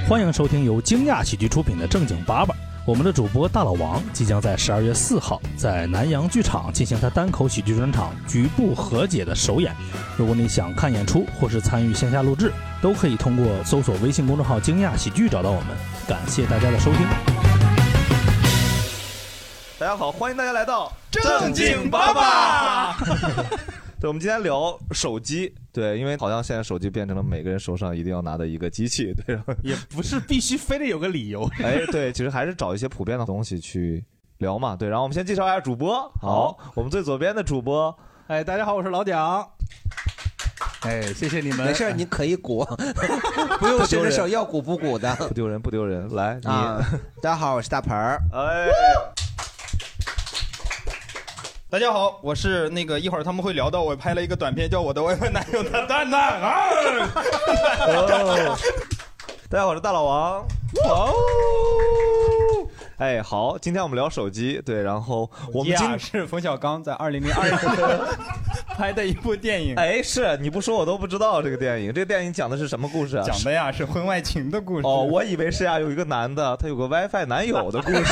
欢迎收听由惊讶喜剧出品的正经八百。我们的主播大老王即将在12月4号在南洋剧场进行他单口喜剧专场《局部和解》的首演。如果你想看演出或是参与线下录制，都可以通过搜索微信公众号惊讶喜剧找到我们。感谢大家的收听。 大家好，欢迎大家来到正经八百。 对，我们今天聊手机。对，因为好像现在手机变成了每个人手上一定要拿的一个机器。对， 也不是必须非得有个理由。 哎，对，其实还是找一些普遍的东西去聊嘛。对，然后我们先介绍一下主播。好，我们最左边的主播。 哎，大家好，我是老蒋。哎，谢谢你们。 没事，你可以鼓，不用伸着手要鼓不鼓的， 不丢人，不丢人。来，你、 大家好，我是大盆儿。 哎。 大家好，我是那个一会儿他们会聊到我拍了一个短片叫《我的外卖男友的蛋蛋》啊。 大家好，我是大老王。哎，好，今天我们聊手机。对，然后我们是冯小刚在2002年拍的一部电影。 哎，是你不说我都不知道这个电影。这个电影讲的是什么故事啊？ 讲的呀是婚外情的故事。 哦，我以为是呀，有一个男的他有个 WiFi 男友的故事。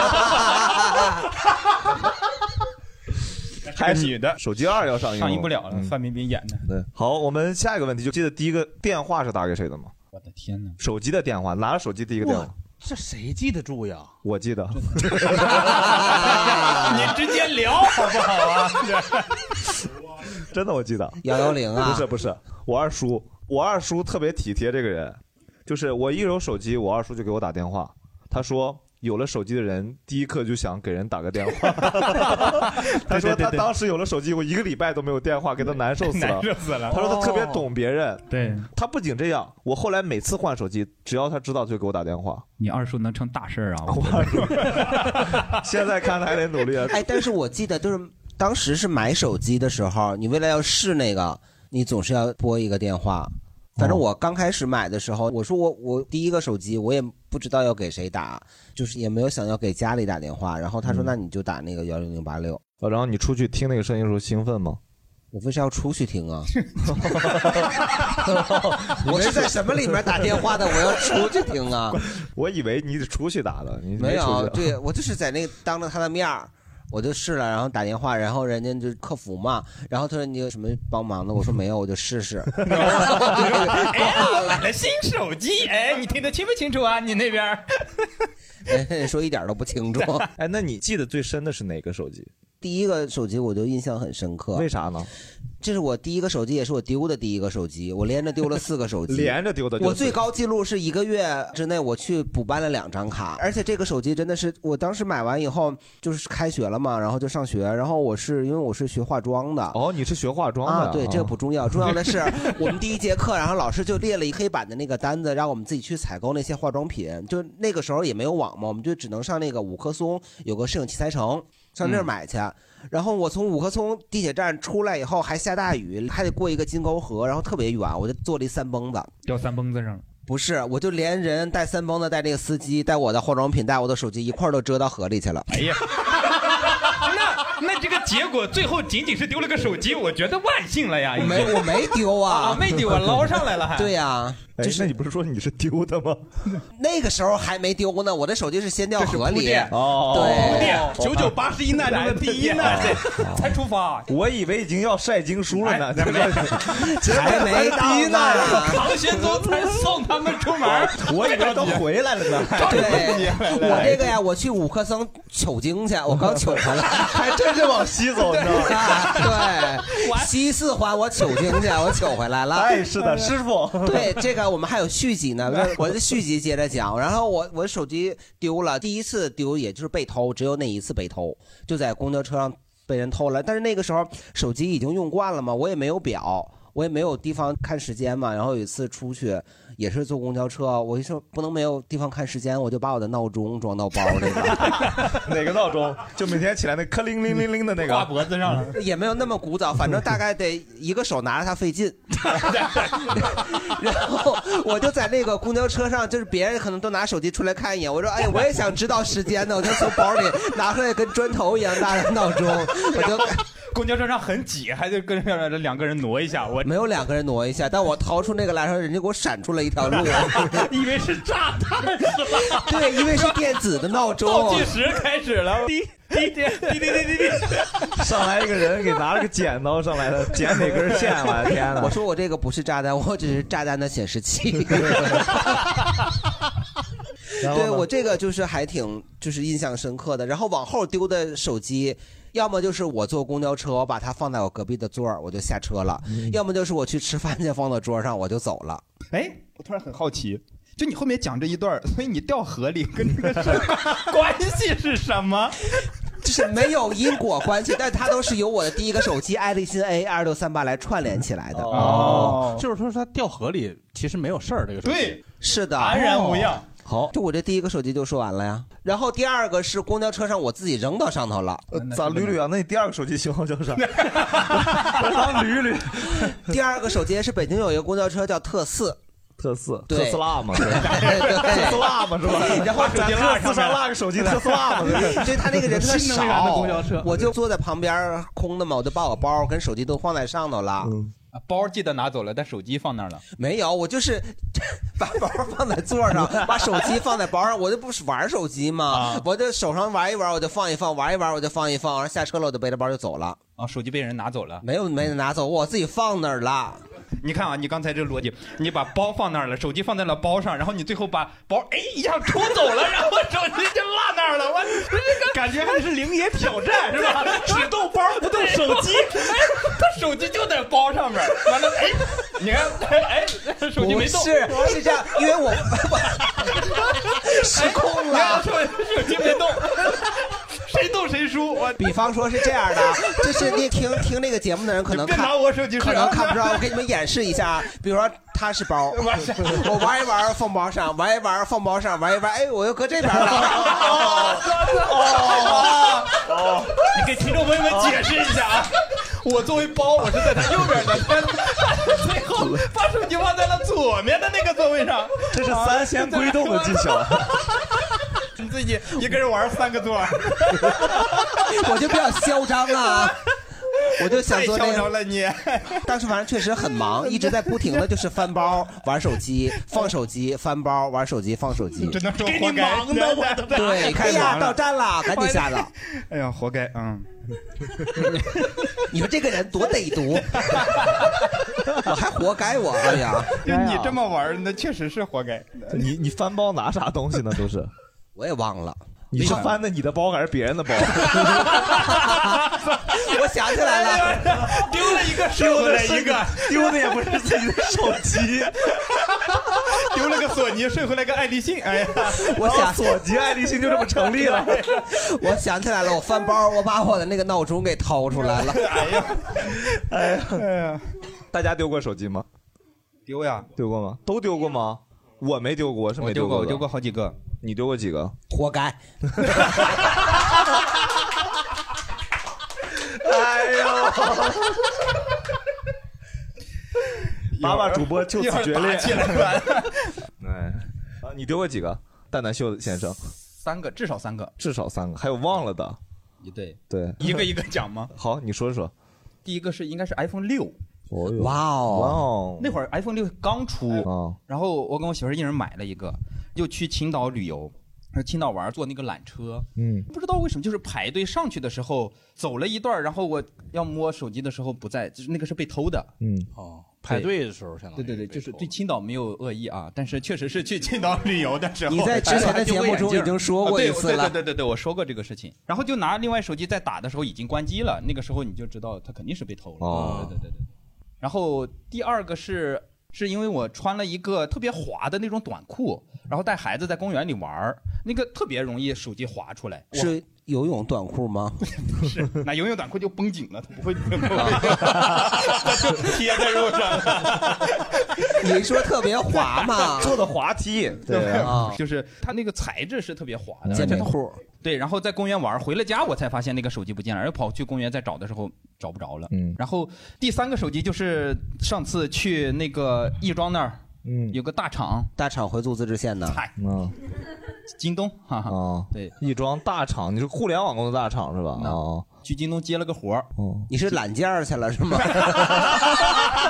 还是女的， 手机2要上映， 上映不了了。范冰冰演的。 对，好，我们下一个问题，就记得第一个电话是打给谁的吗？ 我的天哪！ 手机的电话，拿着手机第一个电话， 这谁记得住呀？ 我记得。 你直接聊好不好啊？ 真的我记得。 110啊？ 不是，我二叔特别体贴，这个人，就是我一有手机，我二叔就给我打电话，他说。有了手机的人，第一刻就想给人打个电话。他说他当时有了手机，我1个礼拜都没有电话，给他难受死了。他说他特别懂别人。 对， 他不仅这样，我后来每次换手机，只要他知道就给我打电话。 你二叔能成大事啊！ 现在看来还得努力啊。 哎，但是我记得就是当时是买手机的时候，你为了要试那个，你总是要拨一个电话。反正我刚开始买的时候，我说我第一个手机我也不知道要给谁打，就是也没有想要给家里打电话。然后他说那你就打那个10086。 然后你出去听那个声音的时候兴奋吗？ 我为啥要出去听啊？我是在什么里面打电话的？我要出去听啊！ 我以为你是出去打的，你没有？对，我就是在那个当着他的面儿。我就试了，然后打电话，然后人家就客服嘛，然后他说你有什么帮忙的？我说没有，我就试试。 哎，我买了新手机，哎，你听得清不清楚啊？你那边？ 说一点都不清楚。 哎，那你记得最深的是哪个手机？ 第一个手机我就印象很深刻。 为啥呢？ 这是我第一个手机，也是我丢的第一个手机。我连着丢了4个手机， 连着丢的。 我最高记录是1个月之内我去补办了2张卡，而且这个手机真的是我当时买完以后就是开学了嘛，然后就上学，然后因为我是学化妆的。 哦，你是学化妆的啊？对，这个不重要，重要的是我们第一节课，然后老师就列了一黑板的那个单子，让我们自己去采购那些化妆品。就那个时候也没有网嘛，我们就只能上那个五棵松有个摄影器材城。上那儿买去，然后我从五棵松地铁站出来以后还下大雨，还得过一个金沟河，然后特别远，我就坐了一3蹦子， 掉3蹦子上了。 不是，我就连人带3蹦子，带那个司机，带我的化妆品，带我的手机一块儿都折到河里去了。 哎呀，那这个结果最后仅仅是丢了个手机，我觉得万幸了呀。 我没丢啊， 没丢啊，捞上来了还。 对呀。 那你不是说你是丢的吗？ 那个时候还没丢呢，我的手机是先掉河里。 哦， 对 ，9981难中的第一难才出发。 我以为已经要晒经书了呢， 还没到呢。 唐玄宗才送他们出门， 我以为都回来了呢。 对，我这个呀，我去五棵松取经去，我刚取回来， 还真是往西走，你知道吗？ 对，西4环我取经去，我取回来了。 哎，是的，师傅。 对，这个我们还有续集呢，我的续集接着讲。然后我手机丢了，第一次丢也就是被偷，只有那一次被偷，就在公交车上被人偷了。但是那个时候手机已经用惯了嘛，我也没有表，我也没有地方看时间嘛。然后有一次出去也是坐公交车，我一说不能没有地方看时间，我就把我的闹钟装到包里了。 哪个闹钟？就每天起来那磕铃铃铃铃的那个， 挂脖子上了。 也没有那么古早，反正大概得一个手拿着它费劲。然后我就在那个公交车上，就是别人可能都拿手机出来看一眼，我说哎呀，我也想知道时间呢，我就从包里拿出来跟砖头一样大的闹钟，我就。 公交车上很挤，还得跟2个人挪一下，我没有2个人挪一下，但我掏出那个来说，人家给我闪出了一条路， 以为是炸弹是吧？ 对，因为是电子的闹钟， 倒计时开始了，滴滴滴滴滴滴滴， 上来一个人给拿了个剪刀上来的，剪哪根线？我的天哪！ 我说我这个不是炸弹，我只是炸弹的显示器。对，我这个就是还挺就是印象深刻的。然后往后丢的手机，要么就是我坐公交车，我把它放在我隔壁的座儿，我就下车了；要么就是我去吃饭去，放到桌上我就走了。 哎，我突然很好奇，就你后面讲这一段，所以你掉河里跟这个事关系是什么？ 就是没有因果关系，但它都是由我的第一个手机爱立信 A2638来串联起来的。 哦，就是说它掉河里其实没有事儿，这个手机对， 是的， 安然无恙。 好， 就我这第一个手机就说完了呀。然后第二个是公交车上我自己扔到上头了。 咋捋啊？那你第二个手机型号叫啥？当捋。 第二个手机是北京有一个公交车叫特4。 特4， 对特斯拉嘛， 对， 特斯拉嘛是吧？ 然后在特斯上拉个手机，特斯拉嘛， 所以他那个人特新能源的公交车少，我就坐在旁边空的嘛，我就把我包跟手机都放在上头了。 包记得拿走了，但手机放那儿了。 没有，我就是把包放在座上，把手机放在包上，我就不是玩手机嘛，我就手上玩一玩，我就放一放，玩一玩我就放一放，然后下车了我就背着包就走了。 啊，手机被人拿走了？ 没人拿走，我自己放那儿了。 你看啊，你刚才这个逻辑，你把包放那儿了，手机放在了包上，然后你最后把包一下抽走了，然后手机就落那儿了，我这个感觉还是灵爷挑战是吧？只动包不动手机， 他手机就在包上面，完了你看手机没动， 是这样，因为我失控了， 手机没动。谁动谁输，我比方说是这样的，就是你听那个节目的人可能别拿我手机， 可能看不着，我给你们演示一下。比如说他是包，我玩一玩放包上，玩一玩放包上，玩一玩，哎，我又搁这边了。 你给听众朋友们解释一下啊！我作为包，我是在他右边的，最后把手机放在了左面的那个座位上， 这是3仙归洞的技巧。 你自己一个人玩3个座， 我就比较嚣张啊，我就想做那个。 太嚣张了你！ 当时反正确实很忙，一直在不停的就是翻包、玩手机、放手机、翻包、玩手机、放手机。 只能说活该。 忙的我的对，哎呀，到站了，赶紧下了。 哎呀，活该， 你说这个人多歹毒，我还活该我，哎呀！ 就你这么玩，那确实是活该。 你翻包拿啥东西呢？都是。 我也忘了， 你是翻的你的包还是别人的包？ 我想起来了， 丢了一个，收回来一个， 丢的也不是自己的手机， 丢了个索尼，顺回来个爱立信。哎呀， 我想索尼爱立信就这么成立了。 我想起来了，我翻包，我把我的那个闹钟给掏出来了。 哎呀， 大家丢过手机吗？ 丢呀， 丢过吗？都丢过吗？我没丢过，我是没丢过。 我丢过好几个。 你丢过几个？ 活该。 哎呦！把主播就此决裂起来了。 哎，你丢过几个？蛋蛋秀先生 ？3个，至少3个。 至少3个，还有忘了的。对， 一个一个讲吗？ 好，你说说。 第一个应该是 iPhone 6。 哇哦！ 那会儿 iPhone 6刚出，然后我跟我媳妇一人买了一个，就去青岛旅游，青岛玩，坐那个缆车，不知道为什么就是排队上去的时候走了一段，然后我要摸手机的时候不在，就是那个是被偷的。 排队的时候相当于对，就是对青岛没有恶意啊，但是确实是去青岛旅游的时候。 你在之前的节目中已经说过一次了。 对，我说过这个事情，然后就拿另外手机在打的时候已经关机了，那个时候你就知道它肯定是被偷了。对。然后第二个是因为我穿了一个特别滑的那种短裤，然后带孩子在公园里玩，那个特别容易手机滑出来。 是游泳短裤吗？ 不是，那游泳短裤就绷紧了，它不会它就贴在肉上。 你说特别滑嘛？ 坐的滑梯，对啊， 就是它那个材质是特别滑的， 健美裤。 对，然后在公园玩，回了家我才发现那个手机不见了，又跑去公园再找的时候找不着了。然后第3个手机就是上次去那个亦庄那儿，有个大厂回族自治县的， 京东，哈哈，对， 亦庄大厂，你是互联网公司大厂是吧？ 去京东接了个活儿。 你是揽件去了是吗？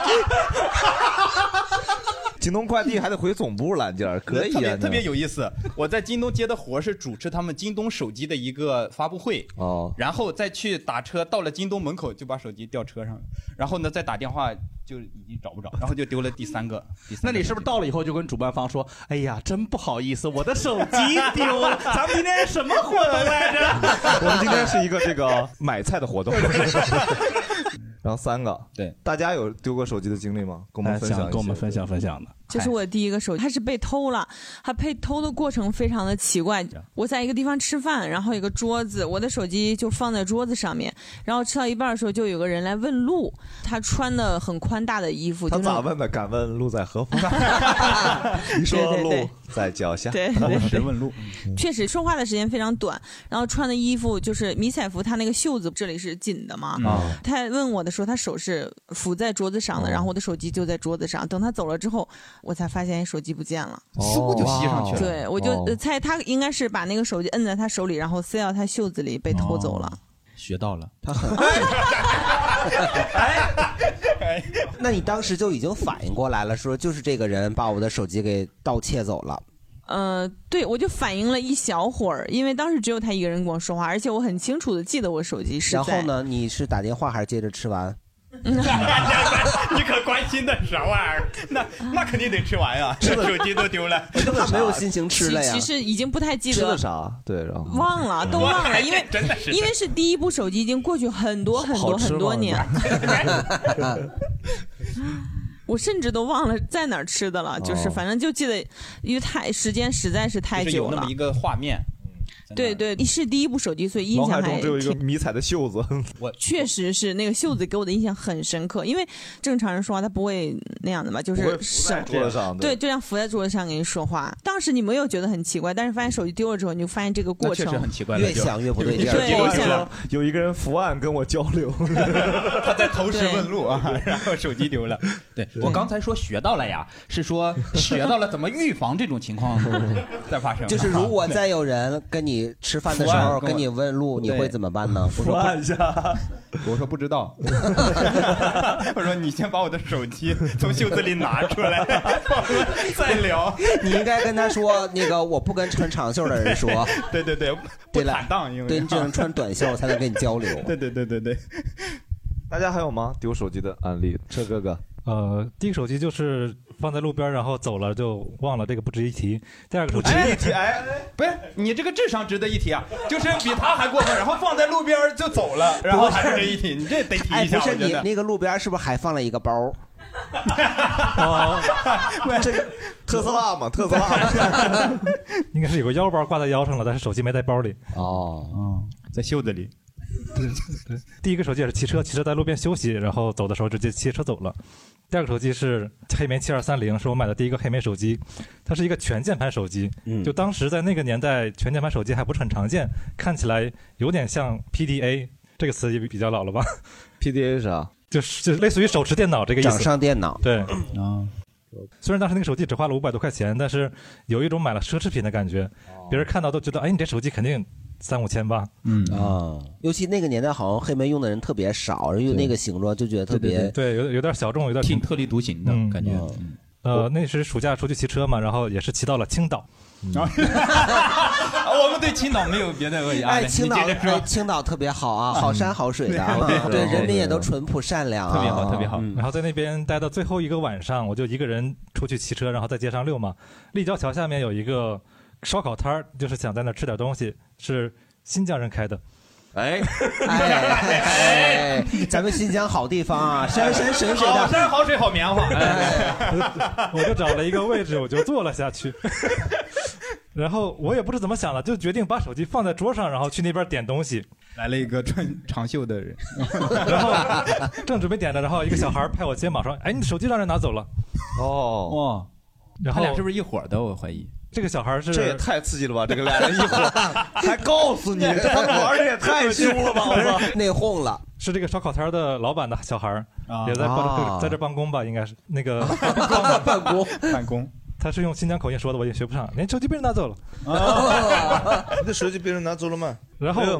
京东快递还得回总部揽件，可以啊， 特别有意思。我在京东接的活是主持他们京东手机的一个发布会，然后再去打车，到了京东门口就把手机掉车上了，然后呢再打电话就已经找不着，然后就丢了第三个。 那你是不是到了以后就跟主办方说：“哎呀，真不好意思，我的手机丢了。咱们今天什么活动来着？” 我们今天是一个这个买菜的活动。然后3个， 对， 大家有丢过手机的经历吗？跟我们分享一下， 跟我们分享的。 就是我第一个手机，它是被偷了，它被偷的过程非常的奇怪。我在一个地方吃饭，然后有个桌子，我的手机就放在桌子上面，然后吃到一半的时候，就有个人来问路，他穿的很宽大的衣服， 他咋问的？敢问路在何方？你说路在脚下， 对， 人问路， 确实说话的时间非常短，然后穿的衣服就是迷彩服，他那个袖子这里是紧的嘛，他问我的时候，他手是扶在桌子上的，然后我的手机就在桌子上，等他走了之后，我才发现手机不见了， 似乎就吸上去了。 对，我就猜他应该是把那个手机摁在他手里，然后塞到他袖子里被偷走了。 学到了， 他很。那你当时就已经反应过来了，说就是这个人把我的手机给盗窃走了。 对，我就反应了一小会儿，因为当时只有他一个人跟我说话，而且我很清楚的记得我手机是在。 然后呢，你是打电话还是接着吃完？ 你可关心的啥玩意儿？那肯定得吃完呀，手机都丢了， 我根本没有心情吃了呀。 其实已经不太记得吃的啥，对，然后忘了，都忘了，因为是第一部手机已经过去很多年。我甚至都忘了在哪儿吃的了，就是反正就记得，因为时间实在是太久了。 有那么一个画面。 对对，是第一部手机，所以印象还只有一个迷彩的袖子。 我确实是那个袖子给我的印象很深刻，因为正常人说话他不会那样的嘛，就是扶在桌子上， 对，就像扶在桌子上跟你说话。当时你没有觉得很奇怪，但是发现手机丢了之后，你就发现这个过程确实很奇怪， 越想越不对劲。 对， 有一个人伏案跟我交流， 他在投石问路啊，然后手机丢了。对，我刚才说学到了呀，是说学到了怎么预防这种情况再发生。 就是如果再有人跟你吃饭的时候跟你问路，你会怎么办呢？ 伏案一下， 我说不知道。我说你先把我的手机从袖子里拿出来，再聊。 你应该跟他说那个我不跟穿长袖的人说。 对，不坦荡，因为对你只能穿短袖才能跟你交流。 对。 大家还有吗？丢手机的案例？车哥哥。 第一个手机就是放在路边，然后走了就忘了，这个不值一提。第二个手机不值一提， 不是你这个智商值得一提啊，就是比他还过分，然后放在路边就走了，然后还不值一提，你这得提一下。 不是你那个路边是不是还放了一个包？ 这个特斯拉嘛，特斯拉应该是有个腰包挂在腰上了，但是手机没在包里。 在袖子里。 对，第一个手机也是骑车在路边休息，然后走的时候直接骑车走了。第二个手机是黑莓7230，是我买的第一个黑莓手机，它是一个全键盘手机。就当时在那个年代，全键盘手机还不是很常见，看起来有点像 PDA， 这个词也比较老了吧 ？PDA 是啥？ 就是类似于手持电脑这个意思。 掌上电脑。 对。虽然当时那个手机只花了500多块钱，但是有一种买了奢侈品的感觉，别人看到都觉得，哎，你这手机肯定3-5千吧。 尤其那个年代好像黑莓用的人特别少，因为那个形状就觉得特别对，有点小众，有点挺特立独行的感觉。 那时暑假出去骑车嘛，然后也是骑到了青岛。 我们对青岛没有别的恶意啊。 青岛特别好啊，好山好水的，对，人民也都淳朴善良啊， 特别好，特别好。 然后在那边待到最后一个晚上，我就一个人出去骑车，然后在街上溜嘛。立交桥下面有一个烧烤摊儿，就是想在那吃点东西，是新疆人开的。 咱们新疆好地方啊，山山水水的， 好山好水好棉花。 我就找了一个位置，我就坐了下去。然后我也不知怎么想的，就决定把手机放在桌上，然后去那边点东西。 来了一个穿长袖的人， 然后正准备点的，然后一个小孩拍我肩膀说：“哎，你手机让人拿走了。” 哇！然后他俩是不是一伙的？我怀疑。 这个小孩是， 这也太刺激了吧！这个俩人一伙还告诉你，他们玩的也太凶了吧！我操， 内讧了。 是这个烧烤摊的老板的小孩，也在这办公吧？应该是那个办公。 他是用新疆口音说的，我也学不上。连手机被人拿走了。 你的手机被人拿走了吗？ 然后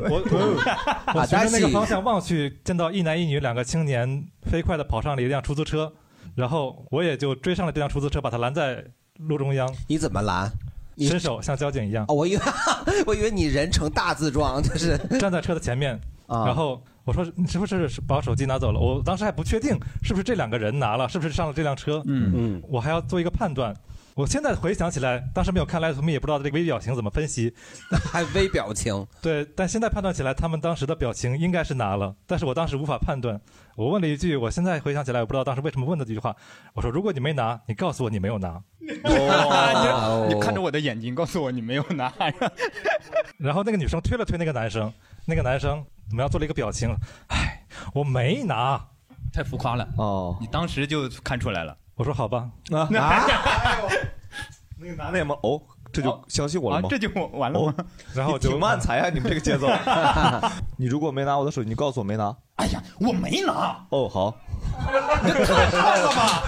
我循着那个方向望去，见到一男一女2个青年飞快的跑上了一辆出租车。 然后我也就追上了这辆出租车，把他拦在路中央。 你怎么拦？ 伸手像交警一样。 哦，我以为你人成大字状，就是站在车的前面，然后我说你是不是把我手机拿走了？我当时还不确定是不是这2个人拿了，是不是上了这辆车。我还要做一个判断。我现在回想起来，当时没有看 Light to Me， 也不知道这个微表情怎么分析， 还微表情。 对，但现在判断起来，他们当时的表情应该是拿了，但是我当时无法判断。我问了一句，我现在回想起来，我不知道当时为什么问的这句话。我说：如果你没拿，你告诉我你没有拿。 你看着我的眼睛，告诉我你没有拿。 然后那个女生推了推那个男生，那个男生怎么样做了一个表情？哎，我没拿， 太浮夸了哦！你当时就看出来了。 我说好吧， 那个拿那吗？哦，这就相信我了吗？ 这就完了吗？ 然后挺慢才啊，你们这个节奏。你如果没拿我的手机，你告诉我没拿。 哎呀，我没拿。 哦，好。 太快了吧！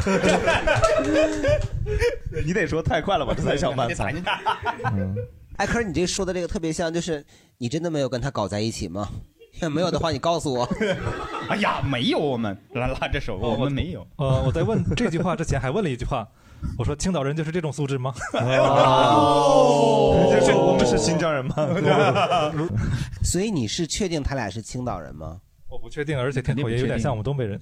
你得说太快了吧，这才像慢才。 哎，可是你这说的这个特别像，就是你真的没有跟他搞在一起吗？没有的话，你告诉我。 哎呀，没有，我们拉着手，我们没有。 我在问这句话之前还问了一句话，我说青岛人就是这种素质吗？ 我们是新疆人吗？ 所以你是确定他俩是青岛人吗？ 我不确定，而且听口音有点像我们东北人。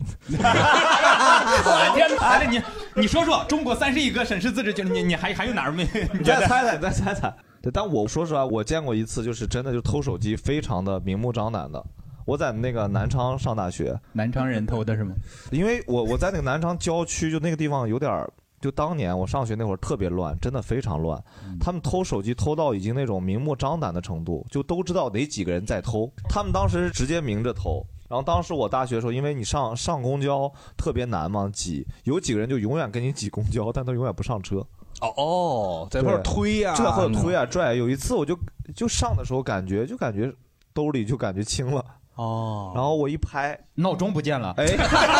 你说说，中国31个省市自治区，你还有哪儿没？ 你再猜猜。对，但我说实话，我见过一次，就是真的就偷手机，非常的明目张胆的。我在那个南昌上大学， 南昌人偷的是吗？ 因为我在那个南昌郊区，就那个地方有点，就当年我上学那会儿特别乱，真的非常乱。他们偷手机偷到已经那种明目张胆的程度，就都知道哪几个人在偷。他们当时是直接明着偷。然后当时我大学的时候，因为你上公交特别难嘛，挤，有几个人就永远跟你挤公交，但他永远不上车。 在后面推呀， 在后面推啊拽。有一次我就上的时候感觉兜里就感觉轻了。然后我一拍， 闹钟不见了。 哎，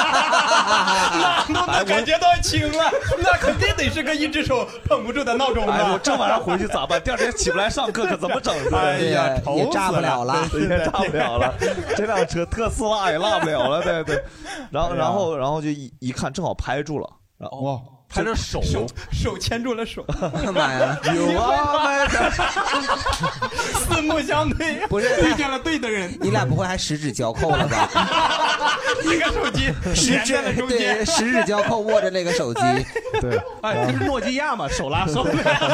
那感觉到轻了，那肯定得是个一只手捧不住的闹钟吧？ 我这晚上回去咋办？第二天起不来上课可怎么整？ 哎呀， 也炸不了了， 也炸不了了。这辆车特斯拉也拉不了了，对。然后就一看，正好拍住了。 哇！ 拍着手牵住了手， 干嘛呀？ 有啊， 四目相对， 不是遇见了对的人。 你俩不会还十指交扣了吧？ 一个手机连在了中间， 对，十指交扣握着那个手机， 对， 哎，这是诺基亚嘛，手拉手。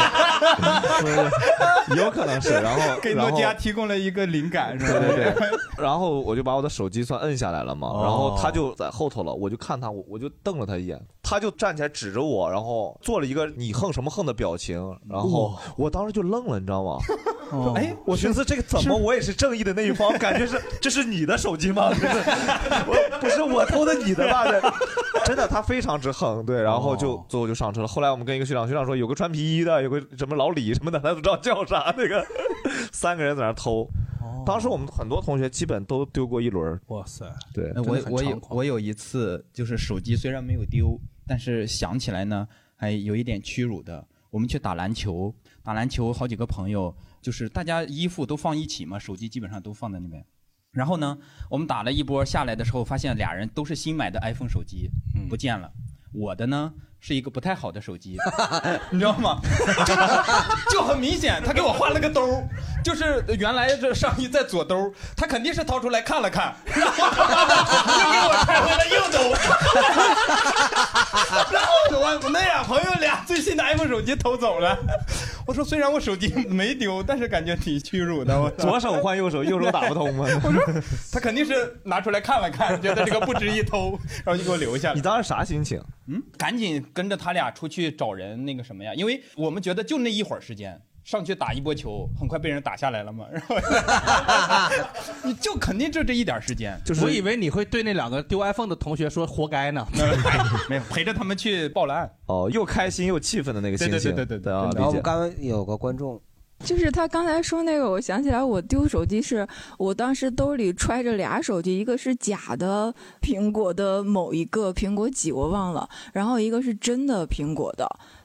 有可能是，然后给诺基亚提供了一个灵感，是吧？ 对。然后我就把我的手机算摁下来了嘛，然后他就在后头了，我就看他，我就瞪了他一眼，他就站起来指着我，然后做了一个你横什么横的表情，然后我当时就愣了，你知道吗？哎，我寻思这个怎么我也是正义的那一方，感觉是这是你的手机吗？不是我偷的你的吧？真的，他非常之横，对，然后最后就上车了。后来我们跟一个学长说有个穿皮衣的，有个什么老李什么的，他都知道叫啥。那个3个人在那偷。当时我们很多同学基本都丢过一轮。 哇塞， 对， 我有一次就是手机虽然没有丢，但是想起来呢还有一点屈辱的。我们去打篮球，好几个朋友就是大家衣服都放一起嘛，手机基本上都放在那边。然后呢，我们打了一波下来的时候，发现俩人都是新买的 iPhone 手机，不见了。我的呢是一个不太好的手机，你知道吗？就很明显，他给我画了个兜，就是原来这上衣在左兜，他肯定是掏出来看了看，然后又给我揣回了右兜。然后我那俩朋友俩最新的 iPhone 手机偷走了。我说虽然我手机没丢，但是感觉挺屈辱的。我左手换右手，右手打不通吗？ 我说他肯定是拿出来看了看，觉得这个不值一偷，然后就给我留下了。 你当时啥心情？ 赶紧跟着他俩出去找人那个什么呀，因为我们觉得就那一会儿时间。上去打一波球，很快被人打下来了嘛。然后你就肯定就这一点时间。 就是我以为你会对那2个丢 iPhone 的同学说活该呢。 没有，陪着他们去报了案。 哦，又开心又气愤的那个心情。 对啊， 然后我们刚刚有个观众。 就是他刚才说那个，我想起来我丢手机是我当时兜里揣着俩手机，一个是假的苹果的某一个苹果几我忘了，然后一个是真的苹果的。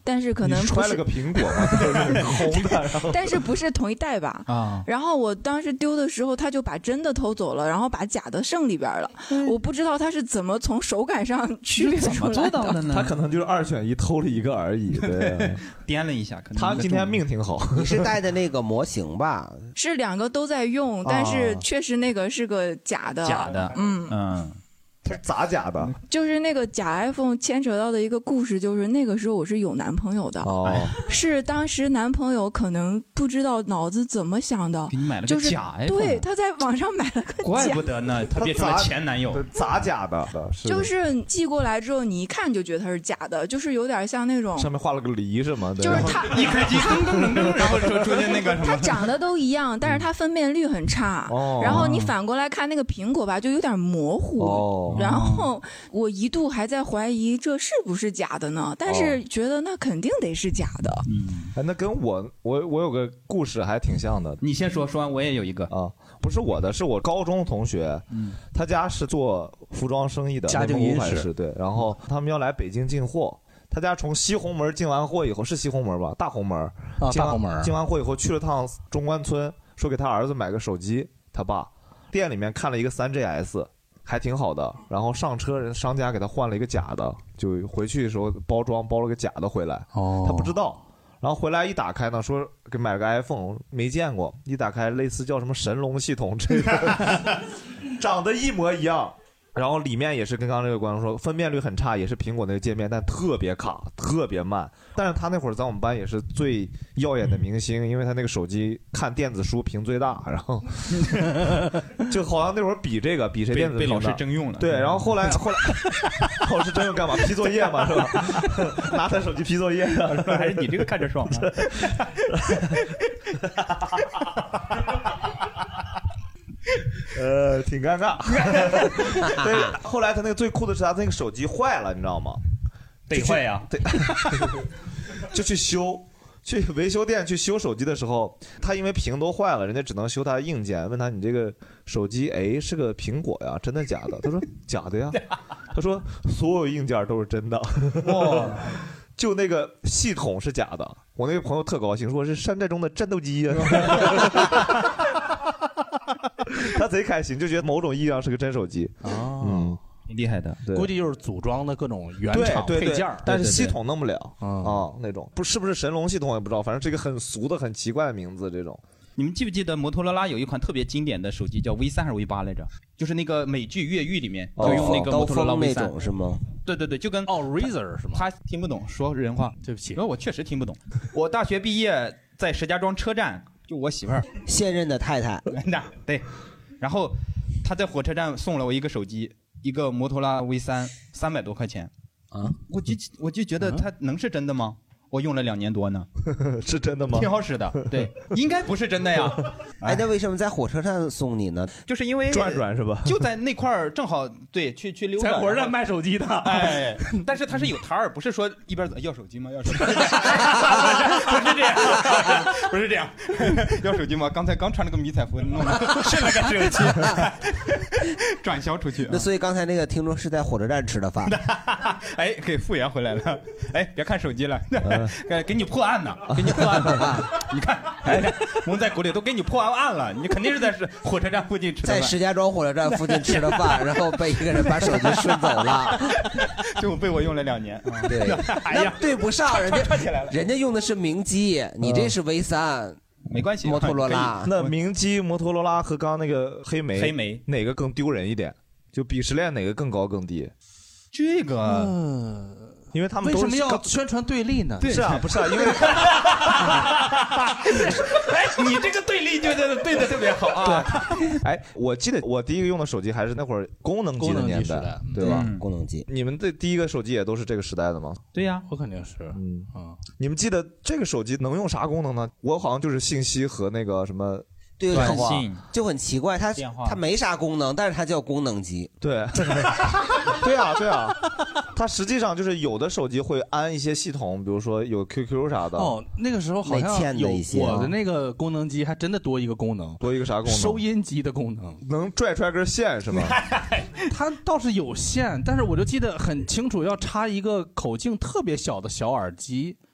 但是可能不是揣了个苹果嘛，就是红的，然后但是不是同一袋吧？ 啊， 然后我当时丢的时候，他就把真的偷走了，然后把假的剩里边了。我不知道他是怎么从手感上区别出来做到的呢？ 他可能就是2选1偷了一个而已，对， 掂了一下，可能他今天命挺好。 你是带的那个模型吧？ 是2个都在用，但是确实那个是个假的。 假的， 他咋假的？ 就是那个假 iPhone 牵扯到的一个故事，就是那个时候我是有男朋友的，是当时男朋友可能不知道脑子怎么想的， 给你买了个假 iPhone， 对，他在网上买了个假， 怪不得呢，他变成了前男友， 咋假的？ 就是寄过来之后，你一看就觉得它是假的，就是有点像那种上面画了个梨是吗？ 就是它一开机噔噔噔噔，然后出现那个什么， 它长得都一样，但是它分辨率很差，然后你反过来看那个苹果吧，就有点模糊，然后我一度还在怀疑这是不是假的呢，但是觉得那肯定得是假的。 那跟我有个故事还挺像的。 你先说完我也有一个啊，不是我的，是我高中同学，他家是做服装生意的， 家境殷实， 对，然后他们要来北京进货。他家从西红门进完货以后，是西红门吧？大红门啊，大红门。 进完货以后去了趟中关村，说给他儿子买个手机。他爸店里面看了一个3GS，还挺好的。然后上车，人商家给他换了一个假的，就回去的时候包了个假的回来。他不知道。然后回来一打开呢，说给买了个 iPhone， 没见过。一打开，类似叫什么神龙系统这个，长得一模一样。然后里面也是跟刚刚这个观众说，分辨率很差，也是苹果那个界面，但特别卡，特别慢。但是他那会儿在我们班也是最耀眼的明星，因为他那个手机看电子书屏最大，然后就好像那会儿比这个比谁电子屏大， 被老师征用了。 对，然后后来老师征用干嘛？批作业嘛，是吧？拿他手机批作业啊， 还是你这个看着爽吗？ 挺尴尬。对，后来他那个最酷的是他那个手机坏了，你知道吗？ 得坏呀， 对，就去修，去维修店去修手机的时候，他因为屏都坏了，人家只能修他的硬件。问他你这个手机，哎，是个苹果呀，真的假的？他说假的呀。他说所有硬件都是真的。哇。就那个系统是假的，我那个朋友特高兴，说是山寨中的战斗机呀。他贼开心，就觉得某种意义上是个真手机。 挺厉害的， 估计就是组装的各种原厂配件， 但是系统弄不了那种，是不是神龙系统也不知道，反正这个很俗的、很奇怪的名字。这种， 你们记不记得摩托罗拉有一款特别经典的手机叫 V3还是 V8来着？就是那个美剧《越狱》里面就用那个摩托罗拉 V3 那种是吗？ 对，就跟 Razr 是吗？ 他听不懂，说人话， 对不起， 我确实听不懂。我大学毕业在石家庄车站，就我媳妇儿现任的太太， 对，然后他在火车站送了我一个手机，一个摩托罗拉 V3，300多块钱啊！我就觉得它能是真的吗？我用了2年多呢， 是真的吗？ 挺好使的，对，应该不是真的呀。 哎，那为什么在火车站送你呢？ 就是因为转转是吧？ 就在那块儿正好对去溜达。 在火车站卖手机的， 哎，但是他是有摊儿，不是说一边走要手机吗？要手机？不是这样，要手机吗？刚才刚穿了个迷彩服，是那个手机，转销出去。 那所以刚才那个听众是在火车站吃的饭。 哎，给复原回来了。哎，别看手机了。给你破案呢，给你破案呢！你看，哎，蒙在鼓里都给你破案了，你肯定是在火车站附近吃的饭， 在石家庄火车站附近吃的饭，然后被一个人把手机顺走了， 就被我用了2年。 对， 哎呀， 对不上， 串起来了， 人家用的是明基，你这是 V3， 没关系， 摩托罗拉。 那明基、摩托罗拉和刚刚那个黑莓哪个更丢人一点？就鄙视链哪个更高更低？ 这个。 因为他们为什么要宣传对立呢？ 是啊，不是啊，因为哎，你这个对立就对的特别好啊。 对，哎，我记得我第一个用的手机还是那会儿功能机的年代，对吧？ 功能机。 你们的第一个手机也都是这个时代的吗？ 对呀， 我肯定是。 你们记得这个手机能用啥功能呢？我好像就是信息和那个什么。 对， 短信就很奇怪，它没啥功能，但是它叫功能机。 对，对啊，它实际上就是有的手机会安一些系统，比如说有 QQ 啥的。 哦，那个时候好像有我的那个功能机还真的多一个功能， 多一个啥功能？ 收音机的功能， 能拽出来根线是吗？ 它倒是有线，但是我就记得很清楚，要插一个口径特别小的小耳机。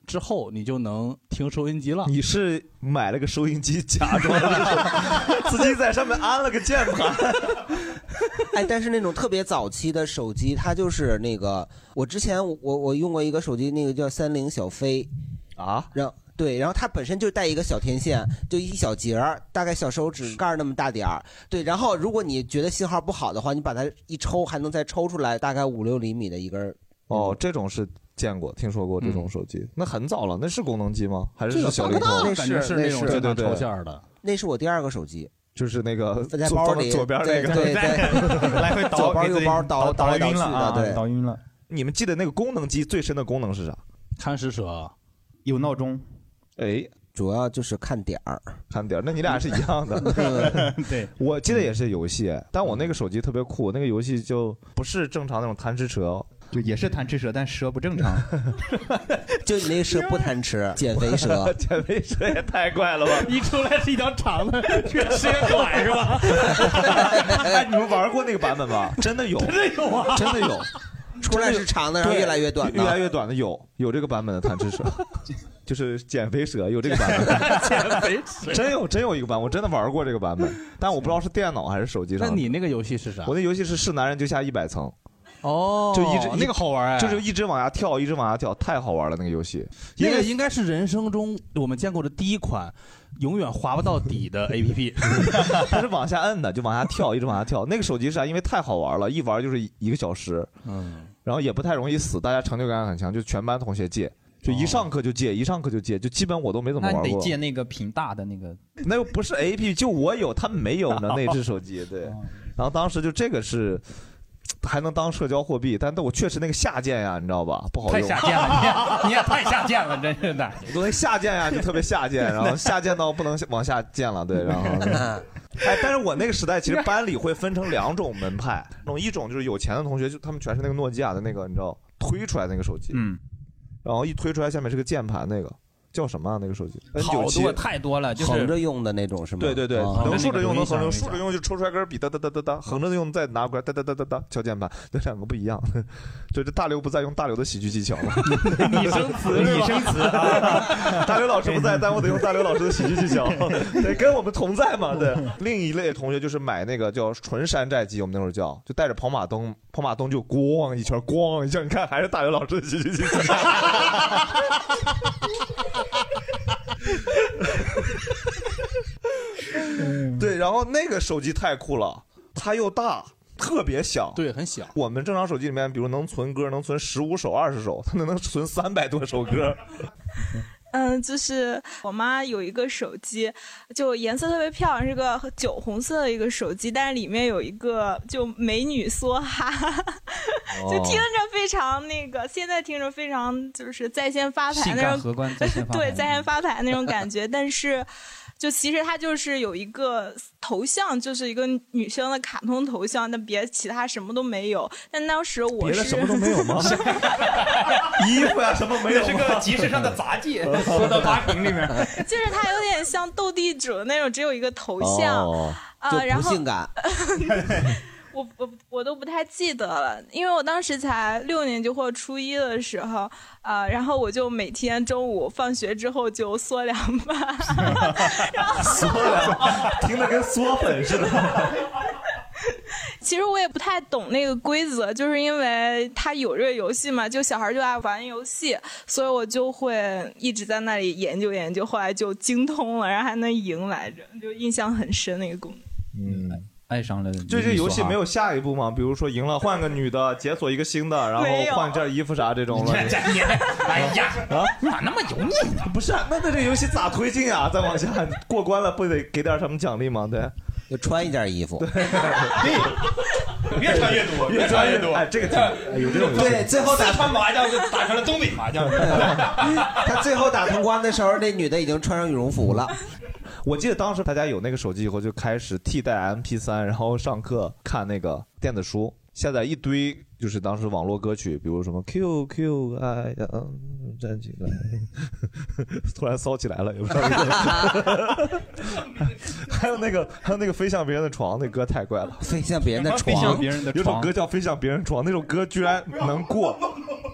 之后，你就能听收音机了。 你是买了个收音机，假装自己在上面安了个键盘。 哎，但是那种特别早期的手机，它就是那个，我之前我用过一个手机，那个叫30小飞啊， 然后它本身就带一个小天线，就一小节儿，大概小手指盖那么大点儿。对，然后如果你觉得信号不好的话，你把它一抽，还能再抽出来大概5-6厘米的一根。 哦，这种是见过、听说过这种手机，那很早了，那是功能机吗？还是小灵通？ 那是那种对抽线的。 那是我第2个手机。 就是那个在包里左边那个， 对， 来回左包右包倒来倒去的，对， 倒晕了。 你们记得那个功能机最深的功能是啥？ 看施舍， 有闹钟， 哎， 主要就是看点儿。 那你俩是一样的。 对， 我记得也是游戏，但我那个手机特别酷，那个游戏就不是正常那种贪吃蛇。 就也是贪吃蛇，但蛇不正常。 就你那个蛇不贪吃，减肥蛇。 减肥蛇也太怪了吧！ 一出来是一条长的，吃个短是吧？ 哎，你们玩过那个版本吗？真的有， 真的有啊， 真的有。 出来是长的，然后越来越短的， 越来越短的有这个版本的贪吃蛇，就是减肥蛇有这个版本。 减肥蛇真有一个版本，我真的玩过这个版本，但我不知道是电脑还是手机上。 那你那个游戏是啥？ 我那游戏是男人就下100层。 哦， 就一直那个好玩哎， 就是一直往下跳，一直往下跳，太好玩了那个游戏。 那个应该是人生中我们见过的第一款永远滑不到底的 APP。 它是往下摁的，就往下跳，一直往下跳。那个手机是因为太好玩了，一玩就是1个小时，然后也不太容易死，大家成就感很强，就全班同学借。就一上课就借，一上课就借，就基本我都没怎么玩过。 那得借那个屏大的那个， 那又不是 APP， 就我有，他们没有呢。那只手机对，然后当时就这个是。还能当社交货币，但我确实那个下键呀，你知道吧？不好用。 太下键了，你也太下键了，真是的。 我那下键呀，就特别下键，然后下键到不能往下键了，对，然后。哎，但是我那个时代其实班里会分成2种门派，一种就是有钱的同学，就他们全是那个诺基亚的那个，你知道推出来那个手机，然后一推出来下面是个键盘那个。叫什么啊？那个手机好多太多了，就是横着用的那种是吗？ 对，能竖着用能横着，竖着用就抽出来根笔哒哒哒哒哒，横着用再拿过来哒哒哒哒哒敲键盘，那2个不一样。所以这大刘不在，用大刘的喜剧技巧了。 拟声词啊！ 大刘老师不在，但我得用大刘老师的喜剧技巧，对，跟我们同在嘛。对，另一类同学就是买那个叫纯山寨机，我们那会儿叫，就带着跑马灯就咣一圈，咣一圈，你看还是大刘老师的喜剧技巧。对，然后那个手机太酷了，它又大，特别小， 对，很小。 我们正常手机里面，比如能存歌，能存15首、20首，它能存300多首歌。 就是我妈有一个手机，就颜色特别漂亮，是个酒红色的一个手机，但是里面有一个就美女梭哈，就听着非常那个，现在听着非常就是在线发牌那种，对，在线发牌那种感觉，但是。就其实它就是有一个头像，就是一个女生的卡通头像，但别其他什么都没有。但当时我是别的什么都没有吗？衣服呀什么没有吗？ 是个集市上的杂技，缩到花瓶里面。 就是它有点像斗地主那种，只有一个头像就不性感。 我都不太记得了，因为我当时才6年级或初1的时候，然后我就每天中午放学之后就缩2把，然后缩2把，听着跟缩粉似的。 其实我也不太懂那个规则，就是因为它有这个游戏嘛，就小孩就爱玩游戏，所以我就会一直在那里研究，后来就精通了，然后还能赢来着，就印象很深那个功能。 爱上了， 就这游戏没有下一步吗？比如说赢了换个女的，解锁一个新的，然后换件衣服啥这种了。 哎呀，咋那么油腻？ 不是，那这游戏咋推进啊？再往下过关了，不得给点什么奖励吗？对， 就穿一件衣服。 越穿越多，越穿越多。 哎，这个有这种游戏。 对，最后打穿麻将就打成了东北麻将。 他最后打通关的时候，那女的已经穿上羽绒服了。 我记得当时大家有那个手机以后，就开始替代 MP3， 然后上课看那个电子书，下载一堆就是当时网络歌曲，比如什么 QQ 哎呀站起来，突然骚起来了，有没有？还有那个飞向别人的床，那歌太怪了。 飞向别人的床， 飞向别人的床， 有首歌叫《飞向别人床》，那首歌居然能过。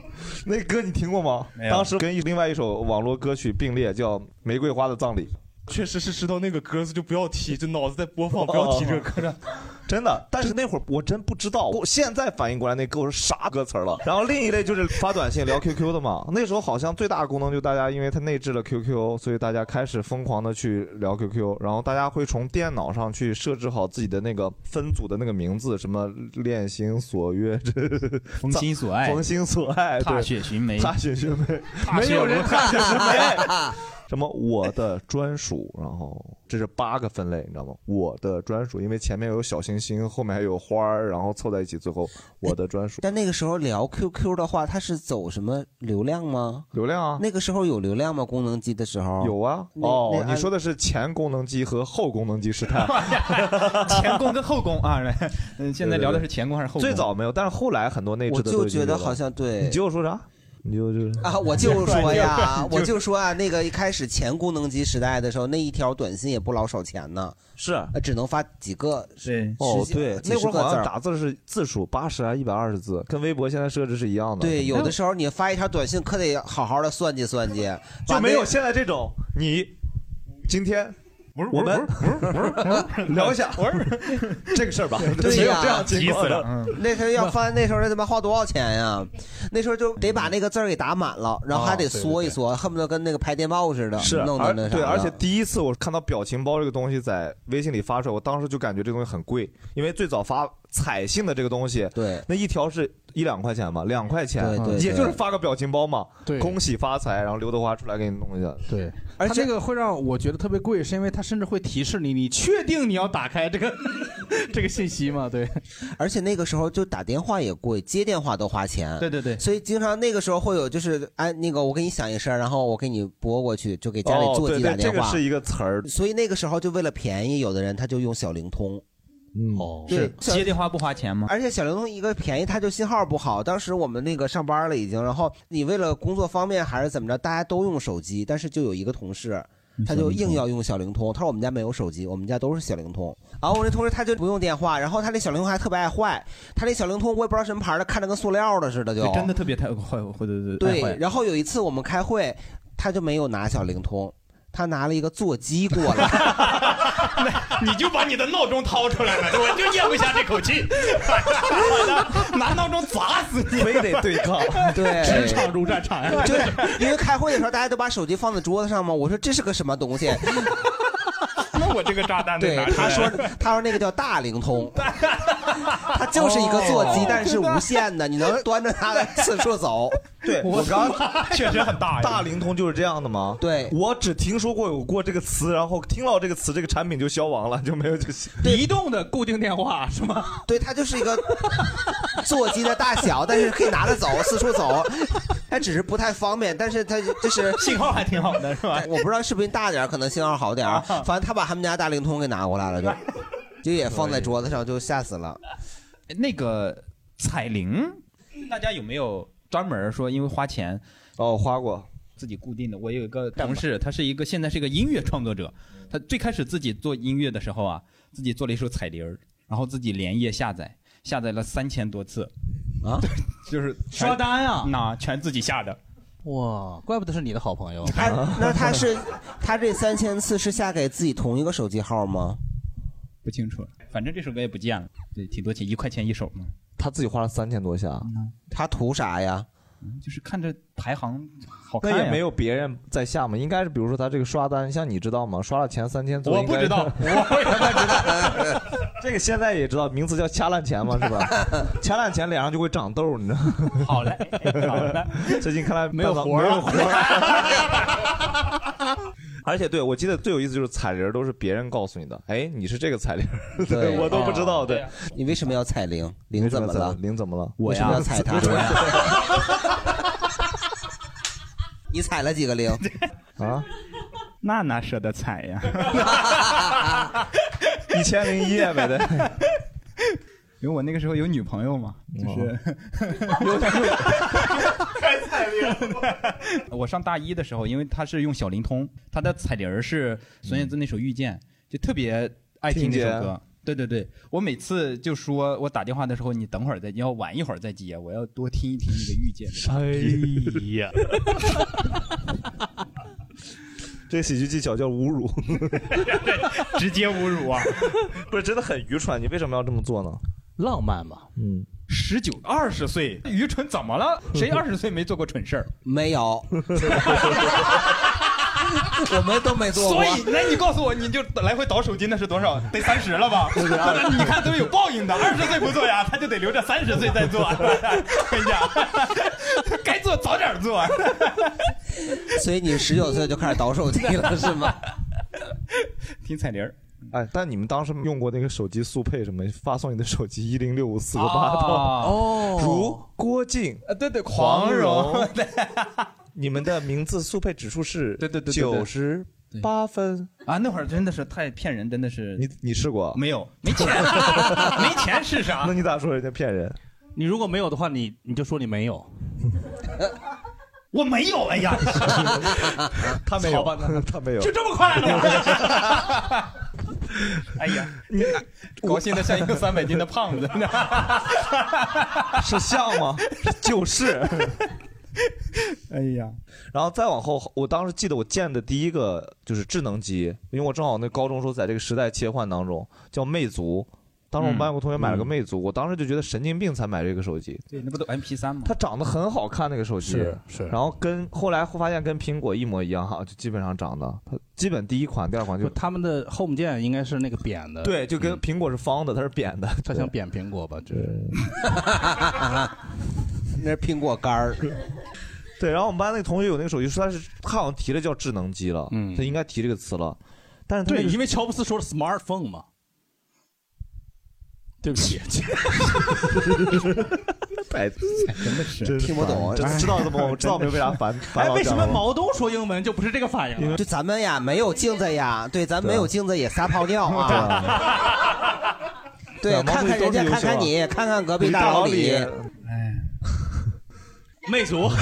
那歌你听过吗？ 没有。 当时跟另外一首网络歌曲并列，叫《玫瑰花的葬礼》。 确实是知道那个歌词就不要提，就脑子在播放，不要提这个歌。 真的，但是那会儿我真不知道，我现在反应过来那歌是啥歌词了。然后另一类就是发短信聊 QQ 的嘛，那时候好像最大的功能就大家因为它内置了 QQ， 所以大家开始疯狂的去聊 QQ， 然后大家会从电脑上去设置好自己的那个分组的那个名字，什么恋心所约， 风心所爱， 风心所爱， 踏雪寻梅， 踏雪寻梅，没有人踏雪寻梅。什么我的专属，然后这是8个分类，你知道吗？我的专属，因为前面有小星星，后面还有花儿，然后凑在一起，最后我的专属。 但那个时候聊 QQ 的话，它是走什么流量吗？ 流量啊。 那个时候有流量吗？功能机的时候有啊。哦，你说的是前功能机和后功能机时代。 前功跟后功啊，现在聊的是前功还是后功？ 最早没有，但是后来很多内置的都我就觉得好像对。 你就说啥？你就啊，我就说呀，我就说啊，那个一开始前功能机时代的时候，那一条短信也不老少钱呢， 是只能发几个。 对， 哦对，那会儿好像打字是字数80还120字，跟微博现在设置是一样的。 对，有的时候你发一条短信，可得好好的算计算计， 就没有现在这种你今天。我们聊一下这个事儿吧。 对呀， 这样急死了。 那时候要翻，那时候他妈花多少钱呀？那时候就得把那个字儿给打满了，然后还得缩一缩，恨不得跟那个拍电报似的。 是， 弄的那啥。 对，而且第一次我看到表情包这个东西在微信里发出来，我当时就感觉这东西很贵，因为最早发彩信的这个东西， 对， 那一条是1-2块钱嘛，2块钱，也就是发个表情包嘛， 对， 恭喜发财，然后刘德华出来给你弄一下， 对。而且这个会让我觉得特别贵，是因为它甚至会提示你，你确定你要打开这个这个信息吗？对。 而且那个时候就打电话也贵，接电话都花钱。 对对对。 所以经常那个时候会有就是那个我给你响一声，然后我给你拨过去，就给家里座机打电话。 这个是一个词儿。 所以那个时候就为了便宜，有的人他就用小灵通。 是接电话不花钱吗？ 而且小灵通一个便宜，它就信号不好。当时我们那个上班了已经，然后你为了工作方便还是怎么着，大家都用手机，但是就有一个同事，他就硬要用小灵通。他说我们家没有手机，我们家都是小灵通。然后我那同事他就不用电话，然后他那小灵通还特别爱坏。他那小灵通我也不知道什么牌的，看着跟塑料的似的，就真的特别太坏， 对。然后有一次我们开会，他就没有拿小灵通。他拿了一个座机过来， 你就把你的闹钟掏出来了，我就咽不下这口气，拿闹钟砸死你， 非得对抗， 对， 职场如战场呀。 对，因为开会的时候大家都把手机放在桌子上嘛，我说这是个什么东西？ 那我这个炸弹对，他说那个叫大灵通，它就是一个座机，但是无线的，你能端着它四处走。 对，我刚确实很大呀。 大灵通就是这样的吗？ 对， 我只听说过有过这个词，然后听到这个词，这个产品就消亡了，就没有这个。 移动的固定电话是吗？ 对，它就是一个座机的大小，但是可以拿着走，四处走。它只是不太方便，但是它就是信号还挺好的，是吧？ 我不知道是不是大点，可能信号好点。反正他把他们家大灵通给拿过来了，就也放在桌子上，就吓死了。 那个彩铃，大家有没有专门说因为花钱？ 哦，花过， 自己固定的。我有一个同事，他现在是一个音乐创作者。他最开始自己做音乐的时候啊，自己做了一首彩铃，然后自己连夜下载了3000多次。 啊， 就是刷单啊， 那全自己下的。 哇，怪不得是你的好朋友。 他这3000次是下给自己同一个手机号吗？ 不清楚，反正这首歌也不见了。对，挺多钱，1块钱一首嘛。 他自己花了3000多下， 他图啥呀？ 就是看着排行好看呀。 那也没有别人在下嘛，应该是比如说他这个刷单，像你知道吗？刷了前3000左右。 我不知道，我为什么知道？ 这个现在也知道，名词叫掐烂钱嘛，是吧？掐烂钱脸上就会长痘，你知道吗？ 好嘞，好嘞。 最近看来没有活了。 而且对，我记得最有意思就是彩铃都是别人告诉你的，哎，你是这个彩铃，对我都不知道。对， 你为什么要彩铃？铃怎么了？ 铃怎么了？ 为什么要踩它？你踩了几个铃啊？ 那哪舍得踩呀 ？1001夜呗，对。 因为我那个时候有女朋友嘛，就是开彩铃。 我上大一的时候，因为他是用小灵通，他的彩铃是孙燕姿那首《遇见》，就特别爱听这首歌。 对，我每次就说我打电话的时候，你等会儿再，你要晚一会儿再接，我要多听一听那个遇见。 哎呀， 这个喜剧技巧叫侮辱， 直接侮辱啊！ 不是真的很愚蠢，你为什么要这么做呢？ 浪漫嘛 ，19、20岁，愚蠢怎么了？谁20岁没做过蠢事儿？ 没有。我们都没做过。 所以，那你告诉我，你就来回倒手机，那是多少？得30了吧？你看都有报应的，20岁不做呀，他就得留着30岁再做。跟你讲，该做早点做。 所以你19岁就开始倒手机了是吗？ 听彩铃儿。 哎，但你们当时用过那个手机速配什么？发送你的手机10654个8套哦， 如郭靖， 对，黄蓉， 你们的名字速配指数是对 98分啊！那会儿真的是太骗人，真的是。 你试过？ 没有，没钱，没钱是啥？ 那你咋说人家骗人？ 你如果没有的话，你就说你没有。 我没有，哎呀， 他没有，他没有， 就这么快了吗？哎呀，你高兴的像一个300斤的胖子， 是像吗？就是。 哎呀， 然后再往后，我当时记得我见的第一个就是智能机，因为我正好那高中时候在这个时代切换当中，叫魅族。当时我们班有个同学买了个魅族，我当时就觉得神经病才买这个手机。 对，那不都 MP3 吗？ 它长得很好看，那个手机是。 然后后来发现跟苹果一模一样哈，就基本上长得，它基本第一款、第二款就他们的 Home 键应该是那个扁的。 对，就跟苹果是方的，它是扁的。 它想扁苹果吧？这那是苹果干儿。 对，然后我们班那个同学有那个手机，说他好像提了叫智能机了，他应该提这个词了。但是对，因为乔布斯说的 smartphone 嘛。对不起， 真的是听不懂， 知道怎么？我知道没有为啥烦。 哎，为什么毛东说英文就不是这个反应？ 就咱们呀，没有镜子呀，对，咱没有镜子也撒泡尿啊。对，看看人家，看看你，看看隔壁大老李。哎。 魅族，我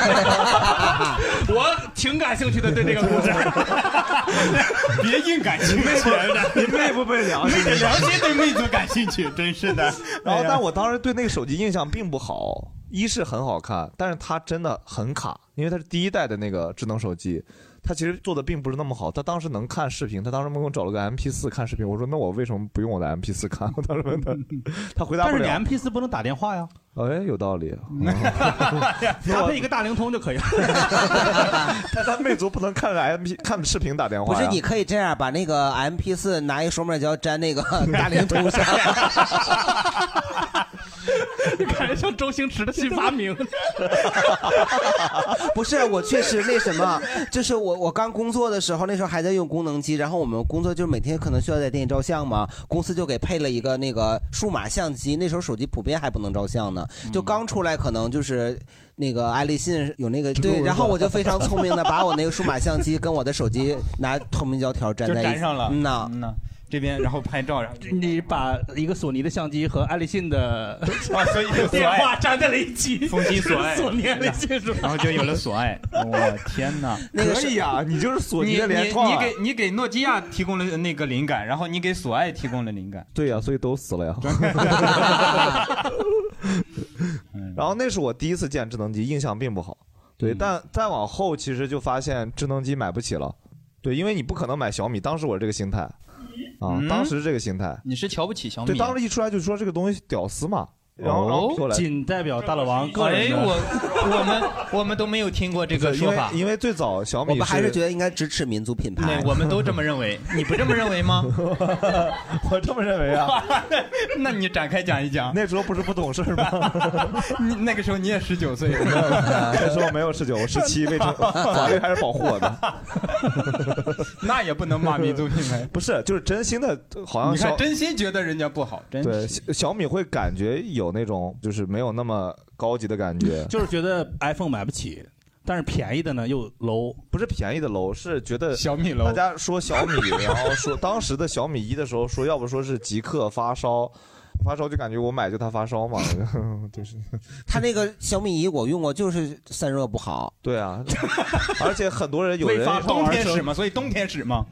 挺感兴趣的，对这个故事。 别硬感兴趣， 你妹不被良心？ 良心对魅族感兴趣，真是的。 然后，但我当时对那个手机印象并不好，一是很好看，但是它真的很卡，因为它是第一代的那个智能手机。他其实做的并不是那么好，他当时能看视频，他当时给我找了个 MP4 看视频，我说那我为什么不用我的 MP4 看？我当时问他回答不了。 但是你 MP4 不能打电话呀。 哎，有道理。 搭配一个大灵通就可以了。 但他魅族不能看视频打电话。 不是，你可以这样，把那个 MP4 拿一个双面胶粘那个大灵通上。 感觉像周星驰的新发明。 不是，我确实那什么，就是我刚工作的时候，那时候还在用功能机，然后我们工作就是每天可能需要在店里照相嘛，公司就给配了一个那个数码相机，那时候手机普遍还不能照相呢，就刚出来可能就是那个爱立信有那个对，然后我就非常聪明的把我那个数码相机跟我的手机拿透明胶条粘在一起， 就粘上了。 呐。 这边然后拍照，然后你把一个索尼的相机和爱立信的所以电话粘在了一起， 风心索爱， 索尼爱立信是吧？ 然后就有了索爱。我天哪， 可以啊！你就是索尼的联创。 你给诺基亚提供了那个灵感，然后你给索爱提供了灵感。 对呀，所以都死了呀。然后那是我第一次见智能机，印象并不好。对，但再往后其实就发现智能机买不起了。对，因为你不可能买小米，当时我是这个心态。当时这个心态， 你是瞧不起小米？ 对，当时一出来就说这个东西屌丝嘛，然后后来仅代表大老王个人。 我们都没有听过这个说法， 因为最早小米我们还是觉得应该支持民族品牌， 我们都这么认为，你不这么认为吗？ 我这么认为啊。 那你展开讲一讲。 那时候不是不懂事吗？ 那个时候你也19岁， 那时候没有19，我17，未成法律还是保护我的。 那也不能骂民族品牌， 不是，就是真心的，好像你看真心觉得人家不好， 对小米会感觉有那种就是没有那么高级的感觉， 就是觉得 iPhone 买不起，但是便宜的呢又 low， 不是便宜的 low， 是觉得小米 low。 大家说小米，然后说当时的小米1的时候说，要不说是极客发烧就感觉我买就它发烧嘛，就是他那个小米1我用过，就是散热不好。 对啊，而且很多人有人冬天使嘛，所以冬天使嘛。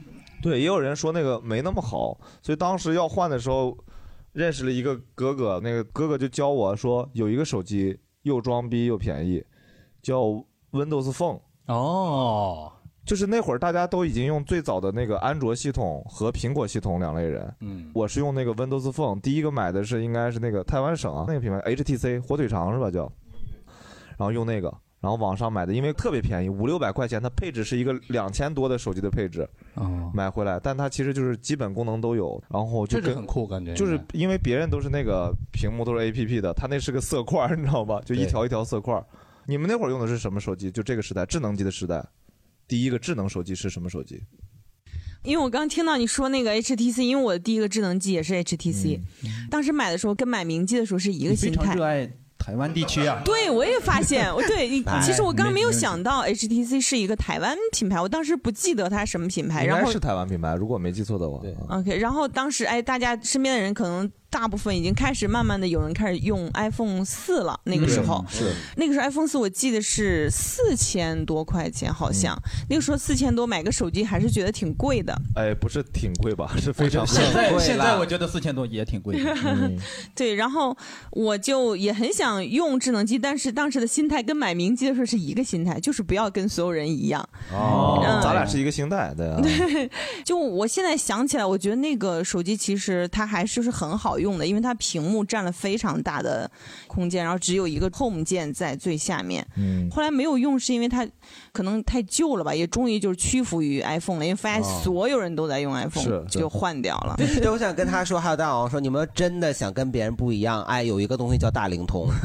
对，也有人说那个没那么好，所以当时要换的时候，认识了一个哥哥，那个哥哥就教我说，有一个手机又装逼又便宜，叫 Windows Phone。 哦。 就是那会儿大家都已经用最早的那个安卓系统和苹果系统两类人，我是用那个 Windows Phone， 第一个买的是应该是那个台湾省那个品牌 HTC 火腿肠是吧叫，然后用那个，然后网上买的，因为特别便宜，500-600块钱，它配置是一个2000多的手机的配置，买回来，但它其实就是基本功能都有，然后就这个很酷感觉， 就是因为别人都是那个屏幕都是 APP 的，它那是个色块，你知道吧？就一条一条色块。你们那会儿用的是什么手机？就这个时代，智能机的时代。第一个智能手机是什么手机？ 因为我刚听到你说那个 HTC， 因为我的第一个智能机也是 HTC，当时买的时候跟买明基的时候是一个心态。 非常热爱台湾地区啊。 对，我也发现，对，其实我刚没有想到 HTC 是一个台湾品牌，我当时不记得它是什么品牌，然后应该是台湾品牌，如果没记错的话。 OK， 然后当时大家身边的人可能大部分已经开始慢慢的有人开始用 iPhone 4了，那个时候，那个时候 iPhone 4我记得是4000多块钱，好像那个时候4000多买个手机还是觉得挺贵的。 哎，不是挺贵吧？是非常贵。现在我觉得4000多也挺贵的。 对，然后我就也很想用智能机，但是当时的心态跟买明基的时候是一个心态，就是不要跟所有人一样。 咱俩是一个心态，对啊。 对，就我现在想起来，我觉得那个手机其实它还是很好用的，因为它屏幕占了非常大的空间，然后只有一个 Home 键在最下面。后来没有用是因为它可能太旧了吧，也终于就是屈服于 iPhone 了，因为发现所有人都在用 iPhone，就换掉了。 对，我想跟他说，还有大王说，你们真的想跟别人不一样，哎，有一个东西叫大灵通。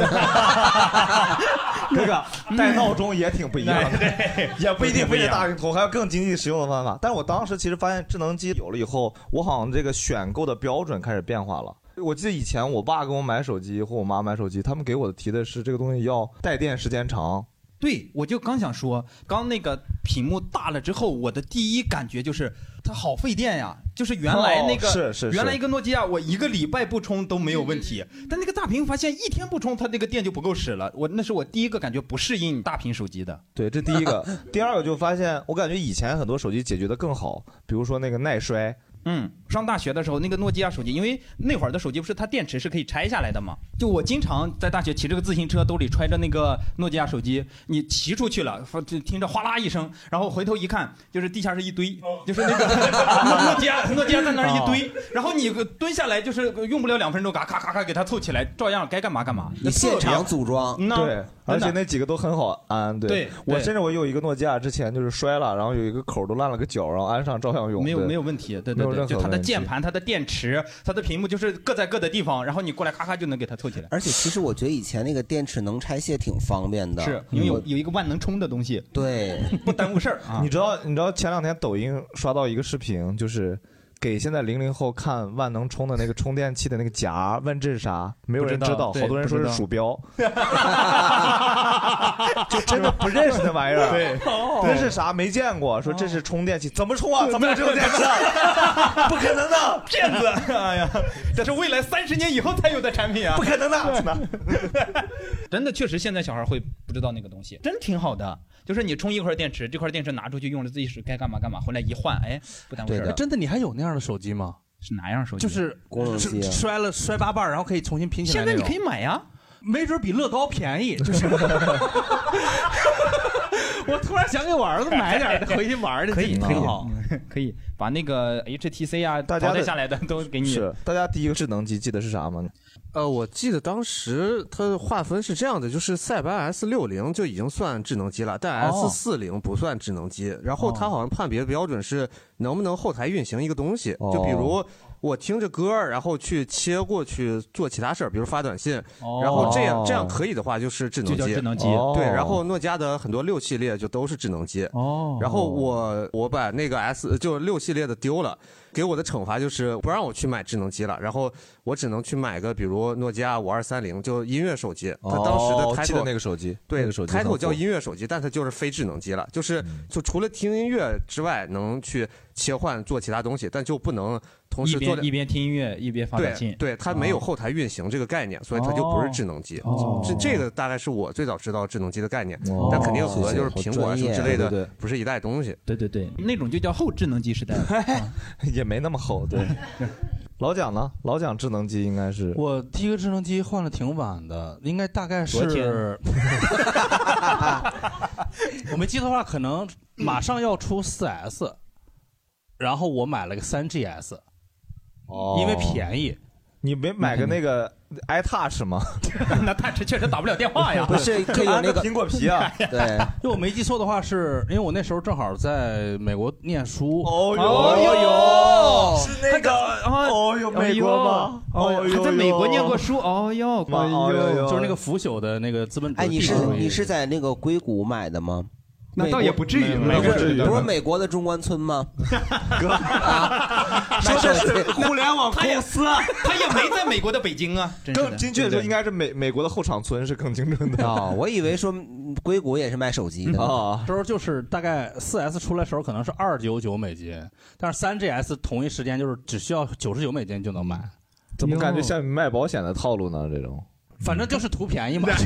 这个带闹钟也挺不一样的，也不一定非得大灵通，还有更经济实用的方法。但是我当时其实发现智能机有了以后，我好像这个选购的标准开始变化了。我记得以前我爸给我买手机或我妈买手机，他们给我的提的是这个东西要带电时间长。 对，我就刚想说，刚那个屏幕大了之后，我的第一感觉就是它好费电呀。就是原来那个，原来一个诺基亚，我1个礼拜不充都没有问题，但那个大屏发现1天不充，它那个电就不够使了。那是我第一个感觉不适应大屏手机的。 对，这第一个。第二个就发现，我感觉以前很多手机解决的更好，比如说那个耐摔。 上大学的时候，那个诺基亚手机，因为那会儿的手机不是它电池是可以拆下来的嘛，就我经常在大学骑这个自行车，兜里揣着那个诺基亚手机，你骑出去了，就听着哗啦一声，然后回头一看，就是地下是一堆，就是那个诺基亚在那儿一堆，然后你蹲下来，就是用不了2分钟，咔咔咔给它凑起来，照样该干嘛干嘛。 你现场组装， 对，而且那几个都很好安。对，我甚至我有一个诺基亚之前就是摔了，然后有一个口都烂了个角，然后安上照样用， 没有问题。对。就它的键盘、它的电池、它的屏幕，就是各在各的地方，然后你过来咔咔就能给它凑起来。 而且其实我觉得以前那个电池能拆卸挺方便的， 是因为有一个万能充的东西， 对， 不耽误事儿啊。 你知道前2天抖音刷到一个视频，就是给现在00后看万能充的那个充电器的那个夹，问这是啥？没有人知道，好多人说是鼠标，就真的不认识那玩意儿。 对， 这是啥？没见过。说这是充电器，怎么充啊？怎么有这种电池啊？不可能的， 骗子！哎呀，这是未来30年以后才有的产品啊！ 不可能的， 真的，确实现在小孩会不知道那个东西，真挺好的。就是你充一块电池，这块电池拿出去用了，自己是该干嘛干嘛，回来一换，哎，不耽误事儿。 真的，你还有那样的手机吗？ 是哪样手机？ 就是摔8瓣，然后可以重新拼起来。 现在你可以买呀， 没准比乐高便宜。就是，我突然想给我儿子买点回去玩的， 可以挺好。 可以把那个 HTC 啊，淘汰下来的都给你。 是，大家第一个智能机记得是啥吗？ 我记得当时它的划分是这样的，就是塞班 S60就已经算智能机了，但 S40不算智能机。然后它好像判别标准是能不能后台运行一个东西，就比如我听着歌，然后去切过去做其他事儿，比如发短信，然后这样可以的话就是智能机。 就叫智能机。 对，然后诺基亚的很多6系列就都是智能机。然后我把那个就6系列的丢了。给我的惩罚就是不让我去买智能机了，然后我只能去买个比如诺基亚5230，就音乐手机。它当时的title 那个手机， 对， 那个手机 title叫音乐手机，但它就是非智能机了，就除了听音乐之外能去切换做其他东西，但就不能同时做一边听音乐一边发短信。 对，它没有后台运行这个概念，所以它就不是智能机。这个大概是我最早知道智能机的概念，但肯定和就是苹果啊什么之类的不是一代东西。 对，那种就叫后智能机时代， 也没那么厚。对，老蒋呢？老蒋智能机应该是我第一个智能机换的挺晚的，应该大概是我没记错的话，可能马上要出4S， 然后我买了个3GS， 因为便宜。 你没买个那个 iTouch 吗？ 那 Touch 确实打不了电话呀。 不是，可以有那个苹果皮啊。 对， 就我没记错的话，是因为我那时候正好在美国念书。 哦哟，是那个哦哟，美国吗？ 哦哟，在美国念过书。哦哟， 就是那个腐朽的那个资本主义。 哎，你是在那个硅谷买的吗？ 那倒也不至于， 不是美国的中关村吗？ 哥，说的是互联网公司， 他也没在美国的北京啊。 更精确的说，应该是美国的后场村是更精准的啊。我以为说硅谷也是卖手机的啊。时候就是大概4S 出来的时候可能是299美金，但是3GS 同一时间就是只需要99美金就能买。 怎么感觉像卖保险的套路呢？这种。 反正就是图便宜嘛，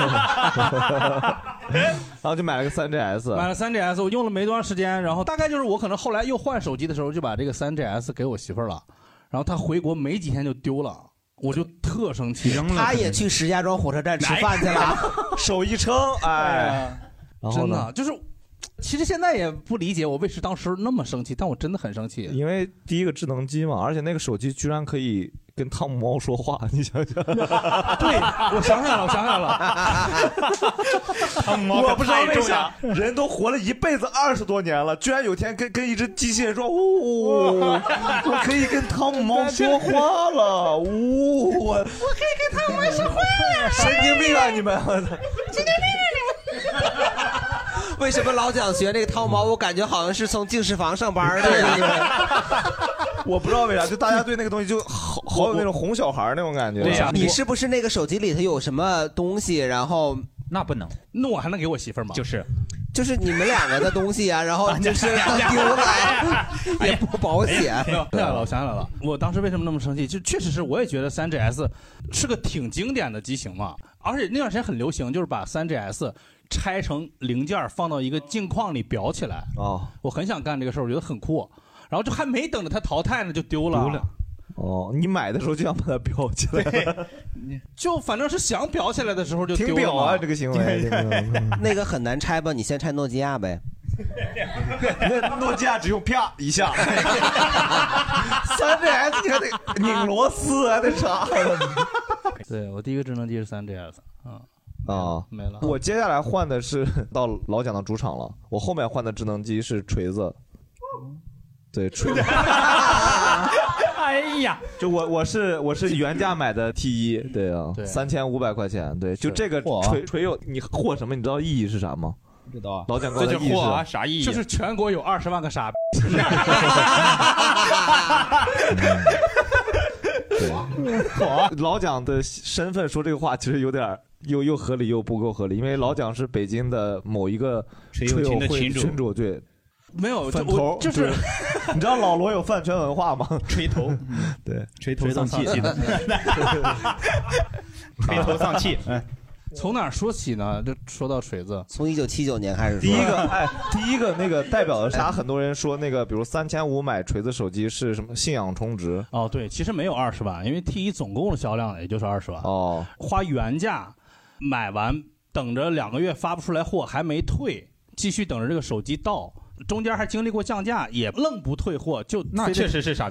然后就买了个3GS， 买了3GS， 我用了没多长时间，然后大概就是我可能后来又换手机的时候，就把这个3GS 给我媳妇儿了，然后她回国没几天就丢了，我就特生气。 她也去石家庄火车站吃饭去了， 手一撑，哎， 真的就是。其实现在也不理解我为什么当时那么生气，但我真的很生气。 因为第一个智能机嘛，而且那个手机居然可以跟汤姆猫说话，你想想。 对，我想起来了。 汤姆猫我不知道为啥，人都活了一辈子20多年了，居然有天跟一只机器人说，我可以跟汤姆猫说话了，我可以跟汤姆猫说话了。 神经病啊你们！ 神经病啊你们！ 为什么老蒋学那个汤猫？我感觉好像是从净室房上班的。 我不知道为啥，就大家对那个东西就好有那种哄小孩那种感觉。 对呀，你是不是那个手机里头有什么东西？然后那不能， 那我还能给我媳妇儿吗？ 就是你们两个的东西啊，然后就是丢了，也不保险。 我想起来了，我当时为什么那么生气？就确实是，我也觉得3GS 是个挺经典的机型嘛，而且那段时间很流行，就是把3GS。拆成零件放到一个镜框里裱起来我很想干这个事儿，我觉得很酷。然后就还没等着它淘汰呢，就丢了。 哦，你买的时候就想把它裱起来， 就反正是想裱起来的时候就丢了。 挺表啊，这个行为。 那个很难拆吧？你先拆诺基亚呗。 那诺基亚只用啪一下，3GS 你还得拧螺丝，还得插。 对，我第一个智能机是3GS 没了。 我接下来换的是到老蒋的主场了，我后面换的智能机是锤子。对，锤子。 哎呀， 就我是原价买的 T1，对啊，3500块钱，对，就这个锤友，你获什么？你知道意义是啥吗？ 不知道啊。 老蒋给我的意义是啥意义？ 就是全国有20万个傻逼。 对，老蒋的身份说这个话其实有点又合理又不够合理，因为老蒋是北京的某一个锤友群的群主，对。 没有粉头， 就是你知道老罗有饭圈文化吗？ 锤头， 对， 锤头丧气的，锤头丧气。 从哪儿说起呢？就说到锤子， 从1979年开始说。 第一个那个代表的啥？很多人说那个，比如3500买锤子手机是什么信仰充值？ 哦，对，其实没有20万，因为 T1 总共的销量也就是20万。 哦， 花原价买完，等着2个月发不出来货，还没退，继续等着这个手机到。中间还经历过降价，也愣不退货，就那确实是傻逼。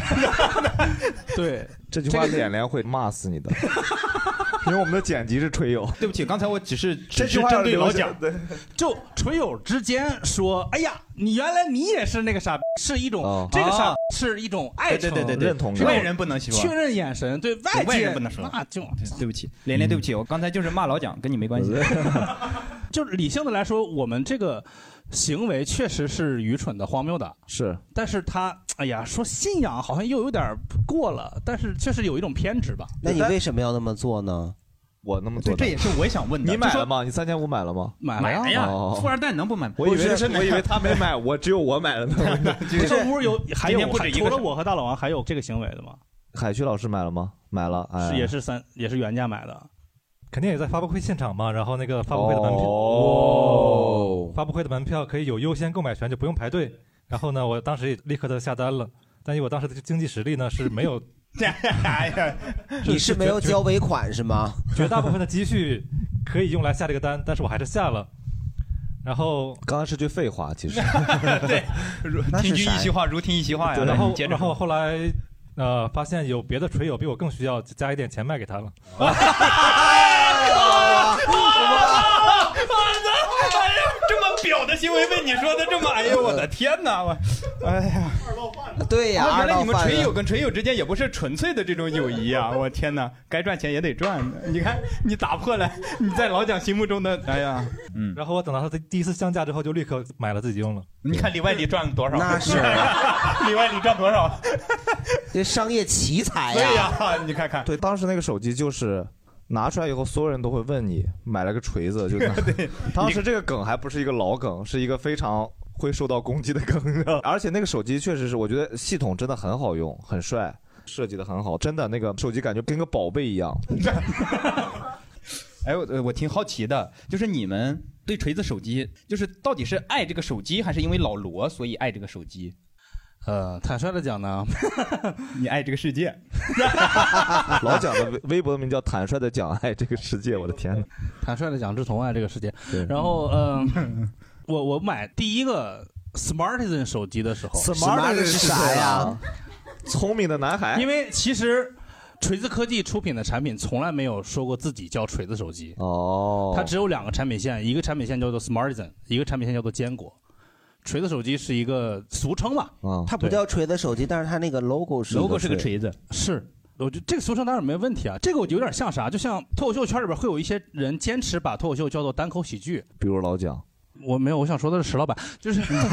对， 这句话连连会骂死你的，因为我们的剪辑是锤友。 对不起，刚才我只是针对老蒋， 就锤友之间说，哎呀，你原来你也是那个傻逼，是一种这个傻逼是一种爱称， 对认同， 外人不能说， 确认眼神，对外人不能说， 那就对不起，连连对不起，我刚才就是骂老蒋，跟你没关系。 就理性的来说，我们这个行为确实是愚蠢的、荒谬的， 是。 但是他，哎呀，说信仰好像又有点过了，但是确实有一种偏执吧。 那你为什么要那么做呢？ 我那么做的。 这也是我想问的。 你买了吗？你3500买了吗？ 买了呀，富二代能不买吗？ 我以为他没买，我只有我买了呢。 这个屋还有除了我和大老王还有这个行为的吗？ 海旭老师买了吗？买了，哎， 也是原价买的。 肯定也在发布会现场嘛，然后那个发布会的门票，发布会的门票可以有优先购买权，就不用排队。然后呢，我当时也立刻的下单了，但因为我当时的经济实力呢是没有， 你是没有交尾款是吗？ 绝大部分的积蓄可以用来下这个单，但是我还是下了。然后刚刚是句废话，其实对，听君一席话，如听一席话呀。 然后后来发现有别的锤友比我更需要，加一点钱卖给他了。 这么表的行为被你说的这么，哎呦我的天哪！哎呀， 对呀， 原来你们锤友跟锤友之间也不是纯粹的这种友谊啊！我天哪，该赚钱也得赚。你看，你打破了你在老蒋心目中的，哎呀， 然后我等到他第一次降价之后，就立刻买了自己用了。 你看里外里赚了多少？ 那是里外里赚多少？ 这商业奇才呀！ 对呀，你看看， 对，当时那个手机就是拿出来以后，所有人都会问你买了个锤子，就对。当时这个梗还不是一个老梗，是一个非常会受到攻击的梗。而且那个手机确实是，我觉得系统真的很好用，很帅，设计的很好，真的那个手机感觉跟个宝贝一样。 哎，我挺好奇的，就是你们对锤子手机，就是到底是爱这个手机，还是因为老罗所以爱这个手机？ 坦率的讲呢， 你爱这个世界。 老蒋的微博的名叫坦率的讲爱这个世界，我的天哪！ 坦率的讲志同爱这个世界。然后我买第一个 Smartisan 手机的时候 ，Smartisan 是啥呀？聪明的男孩。 因为其实锤子科技出品的产品从来没有说过自己叫锤子手机。它只有2个产品线，一个产品线叫做 Smartisan， 一个产品线叫做坚果。锤子手机是一个俗称嘛， 它不叫锤子手机，但是它那个 logo 是个锤子， 是，我觉得这个俗称当然没问题啊。这个我有点像啥，就像脱口秀圈里边会有一些人坚持把脱口秀叫做单口喜剧， 比如老蒋。 我没有，我想说的是石老板，就是他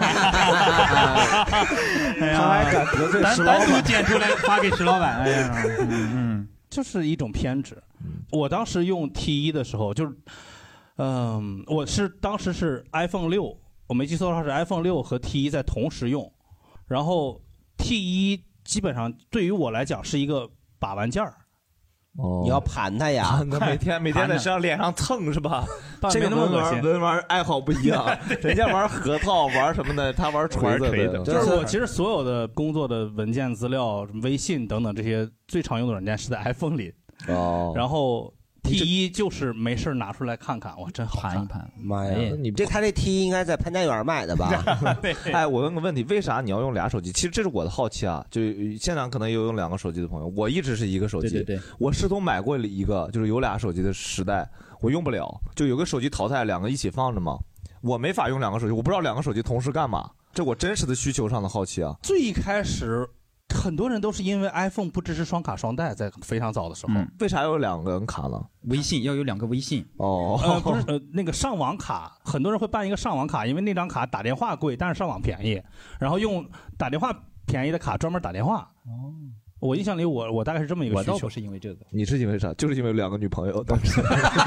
还敢得罪石老板， 单独剪出来发给石老板，哎呀，就是一种偏执。我当时用 T1 的时候，就是，我是当时是 iPhone 6。我没记错的话是 iPhone 6和 T1 在同时用，然后 T1 基本上对于我来讲是一个把玩件儿。 你要盘它呀， 每天在脸上蹭是吧？ 这个文玩爱好不一样，人家玩核桃玩什么的，他玩锤子的。 就是我其实所有的工作的文件资料、微信等等这些最常用的软件是在 iPhone 里。然后T1 就是没事拿出来看看，哇，真好看一盘。 妈呀，你他这 T1 应该在潘家园买的吧？ 哎，我问个问题，为啥你要用俩手机？其实这是我的好奇啊，就现场可能有用2个手机的朋友，我一直是一个手机。 对， 我师从买过一个，就是有俩手机的时代，我用不了，就有个手机淘汰，2个一起放着嘛，我没法用2个手机，我不知道2个手机同时干嘛，这我真实的需求上的好奇啊。 最开始。很多人都是因为 iPhone 不支持双卡双待，在非常早的时候， 为啥有2个卡呢？ 微信要有2个微信不是那个上网卡，很多人会办一个上网卡，因为那张卡打电话贵，但是上网便宜，然后用打电话便宜的卡专门打电话。我印象里我大概是这么一个需求。 我倒不是因为这个， 你是因为啥？就是因为2个女朋友当时。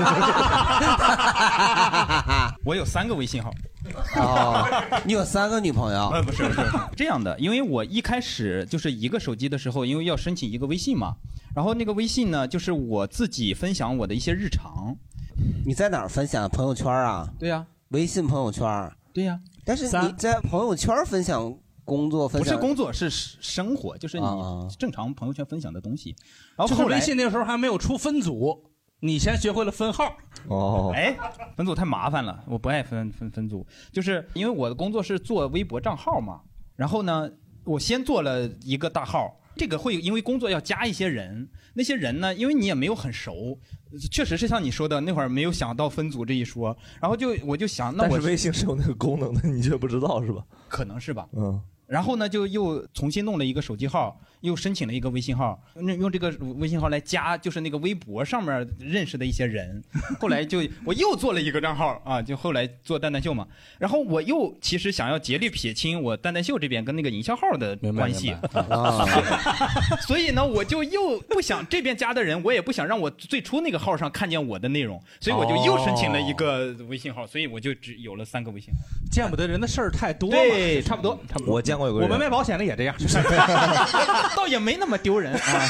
我有3个微信号。 你有3个女朋友？ 不是这样的，因为我一开始就是一个手机的时候，因为要申请一个微信嘛，然后那个微信呢，就是我自己分享我的一些日常。 你在哪儿分享？朋友圈啊？ 对呀， 微信朋友圈。 对呀， 但是你在朋友圈分享工作，分享不是工作，是生活，就是你正常朋友圈分享的东西。然后后来微信那个时候还没有出分组。你先学会了分号哎，分组太麻烦了，我不爱分组，就是因为我的工作是做微博账号嘛。然后呢，我先做了一个大号，这个会因为工作要加一些人，那些人呢，因为你也没有很熟，确实是像你说的那会儿没有想到分组这一说，然后我就想，那但是微信是有那个功能的，你却不知道是吧？ 可能是吧。然后呢，就又重新弄了一个手机号， 又申请了一个微信号，用这个微信号来加，就是那个微博上面认识的一些人。后来就我又做了一个账号啊，就后来做蛋蛋秀嘛。然后我又其实想要竭力撇清我蛋蛋秀这边跟那个营销号的关系，所以呢，我就又不想这边加的人，我也不想让我最初那个号上看见我的内容，所以我就又申请了一个微信号，所以我就只有了3个微信号。 见不得人的事儿太多嘛， 对，差不多。 我见过有个人， 我们卖保险的也这样， 倒也没那么丢人啊。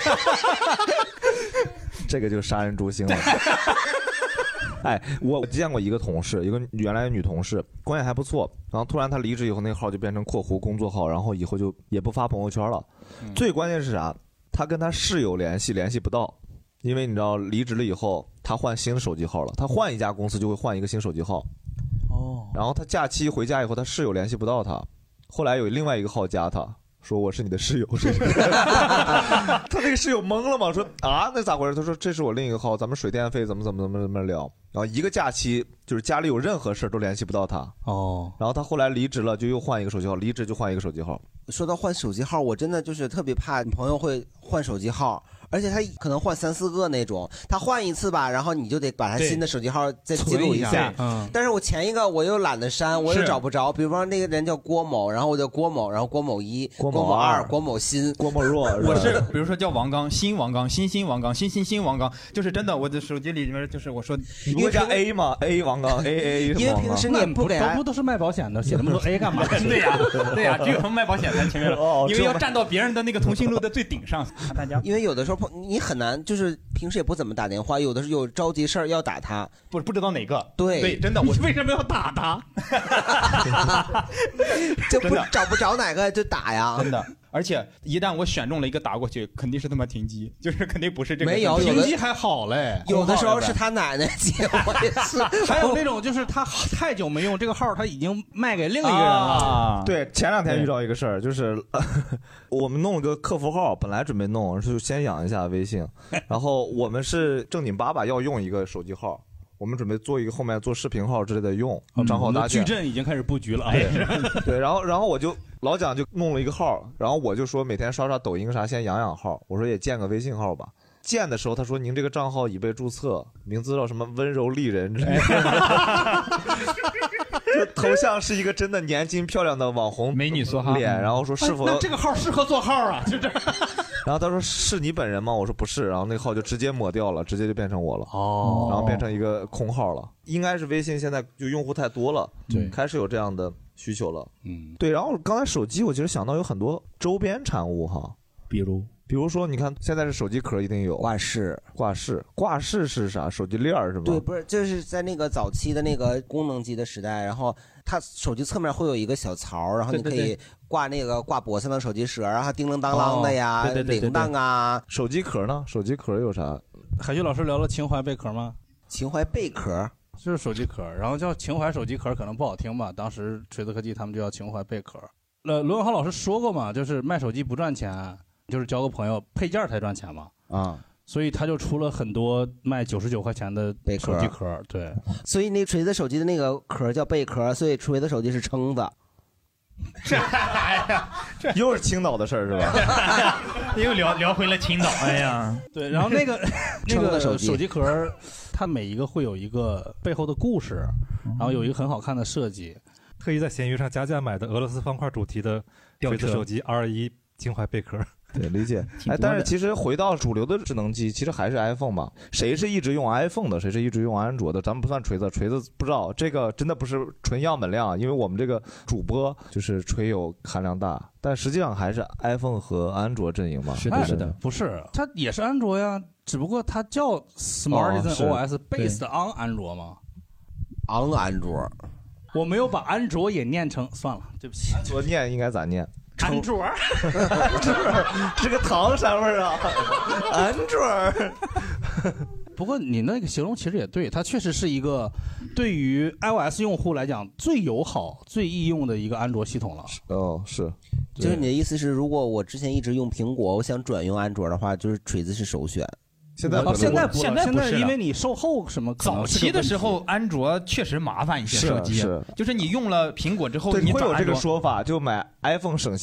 这个就杀人诛心了。哎，我见过一个同事，一个原来女同事，关系还不错，然后突然她离职以后，那个号就变成括弧工作号，然后以后就也不发朋友圈了。最关键是啥？她跟她室友联系不到，因为你知道离职了以后，她换新的手机号了，她换一家公司就会换一个新手机号。哦。然后她假期回家以后，她室友联系不到她，后来有另外一个号加她。说我是你的室友，他那个室友懵了嘛，说啊那咋回事？他说这是我另一个号，咱们水电费怎么聊。然后一个假期就是家里有任何事都联系不到他。哦。然后他后来离职了，就又换一个手机号，离职就换一个手机号。 说到换手机号，我真的就是特别怕你朋友会换手机号，而且他可能换3、4个那种，他换一次吧，然后你就得把他新的手机号再记录一下。但是我前一个我又懒得删，我又找不着，比如说那个人叫郭某，然后我叫郭某，然后郭某1、郭某2、郭某新、 郭某若。 我是比如说叫王刚、新王刚、新王刚、新王刚，就是真的，我的手机里面就是我说你不会加 A 吗 ？A 王刚 A， 因为平时你也不给不都是卖保险的，写那么多 A 干嘛？ 对呀，只有卖保险才前面了，因为要站到别人的那个通讯录的最顶上。大家， 因为有的时候你很难，就是平时也不怎么打电话，有的是有着急事儿要打他， 不知道哪个。 对， 真的，我为什么要打他？ 就找不着哪个就打呀， 真的。而且一旦我选中了一个打过去，肯定是他妈停机，就是肯定不是这个。 没有停机还好嘞， 有的时候是他奶奶接，我也是。 还有那种就是他太久没用这个号，他已经卖给另一个人了。 对，前2天遇到一个事儿，就是我们弄了个客服号，本来准备弄，就先养一下微信，然后我们是正经八百要用一个手机号。我们准备做一个后面做视频号之类的用账号搭建， 矩阵已经开始布局了。 对，然后我就老蒋就弄了一个号，然后我就说每天刷刷抖音啥，先养号。我说也建个微信号吧。建的时候他说您这个账号已被注册，名字叫什么温柔丽人之类的。就头像是一个真的年轻漂亮的网红美女梭哈脸，然后说是否那这个号适合做号啊？就这。 然后他说是你本人吗？我说不是，然后那个号就直接抹掉了，直接就变成我了。哦，然后变成一个空号了。应该是微信现在就用户太多了，对，开始有这样的需求了。嗯，对。然后刚才手机，我其实想到有很多周边产物哈， 比如说，你看现在是手机壳一定有挂饰是啥？手机链是吗？ 对，不是，就是在那个早期的那个功能机的时代，然后它手机侧面会有一个小槽，然后你可以挂那个挂脖子上的手机壳，然后叮铃当啷的呀，铃铛啊。 手机壳呢？手机壳有啥？ 海旭老师聊了情怀贝壳吗？ 情怀贝壳就是手机壳，然后叫情怀手机壳可能不好听吧，当时锤子科技他们就叫情怀贝壳。罗永浩老师说过嘛，就是卖手机不赚钱。就是交个朋友，配件才赚钱嘛，所以他就出了很多卖99块钱的手机壳，对， 所以那锤子手机的那个壳叫贝壳，所以锤子手机是撑子。 又是青岛的事儿是吧？ 又聊回了青岛，哎呀， 对，然后那个手机壳，它每一个会有一个背后的故事，然后有一个很好看的设计， 特意在闲鱼上加价买的俄罗斯方块主题的锤子手机 R1 情怀贝壳。 对，理解。哎，但是其实回到主流的智能机，其实还是 iPhone 吧。谁是一直用 iPhone 的，谁是一直用安卓的，咱们不算锤子不知道。这个真的不是纯样本量，因为我们这个主播就是锤友含量大，但实际上还是 iPhone 和安卓阵营嘛。 是的，不是，它也是安卓呀，只不过它叫 Smartisan OS based on 安卓嘛。 on 安卓， 我没有把安卓也念成，算了，对不起。 安卓念应该咋念？ 安卓是个糖啥味儿啊？安卓。 不过你那个形容其实也对，它确实是一个对于 iOS 用户来讲最友好、最易用的一个安卓系统了。 哦，是。 就是你的意思是，如果我之前一直用苹果，我想转用安卓的话，就是锤子是首选。 现在不是，因为你售后什么早期的时候，安卓确实麻烦一些手机，就是你用了苹果之后， 你会有这个说法，就买 iPhone 省心。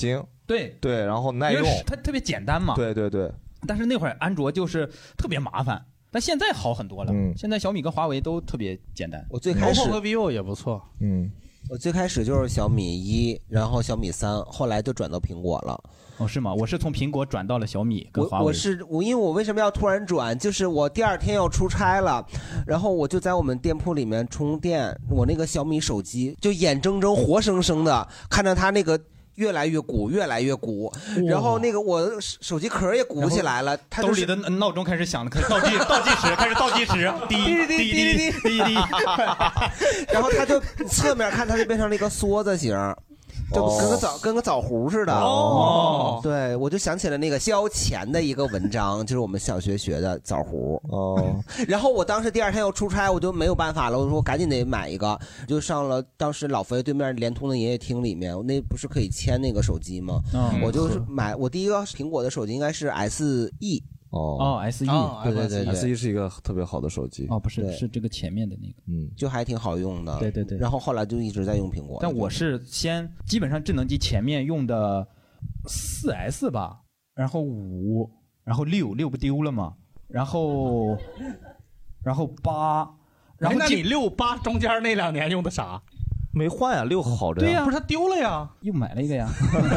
对对，然后耐用， 它特别简单嘛。 对对对。 但是那会儿安卓就是特别麻烦，但现在好很多了。现在小米跟华为都特别简单。 我最开始 OPPO 和 vivo 也不错。 我最开始就是小米1，然后小米3，后来就转到苹果了。 哦，是吗？我是从苹果转到了小米跟华为。 因为我为什么要突然转？就是我第二天要出差了，然后我就在我们店铺里面充电，我那个小米手机就眼睁睁、活生生的看着它那个。越来越鼓，越来越鼓，然后那个我手机壳也鼓起来了，它兜里的闹钟开始响了，开始倒计时，开始倒计时，滴滴滴滴滴滴， 然后它就侧面看，它就变成了一个梭子形。就跟个枣核似的哦， 对，我就想起了那个萧乾的一个文章，就是我们小学学的枣核哦。 然后我当时第二天要出差，我就没有办法了，我说我赶紧得买一个，就上了当时老佛爷对面联通的营业厅里面，那不是可以签那个手机吗？我就是买我第一个苹果的手机应该是 SE。 SE， 对对对 ，SE 是一个特别好的手机。 不是，是这个前面的那个， 就还挺好用的。 对对对。 然后后来就一直在用苹果。 但我是先基本上智能机前面用的4S 吧，然后5，然后6不丢了嘛，然后8，然后那你6、8中间那2年用的啥？ 没换呀，6好着呀。对呀， 不是他丢了呀， 又买了一个呀。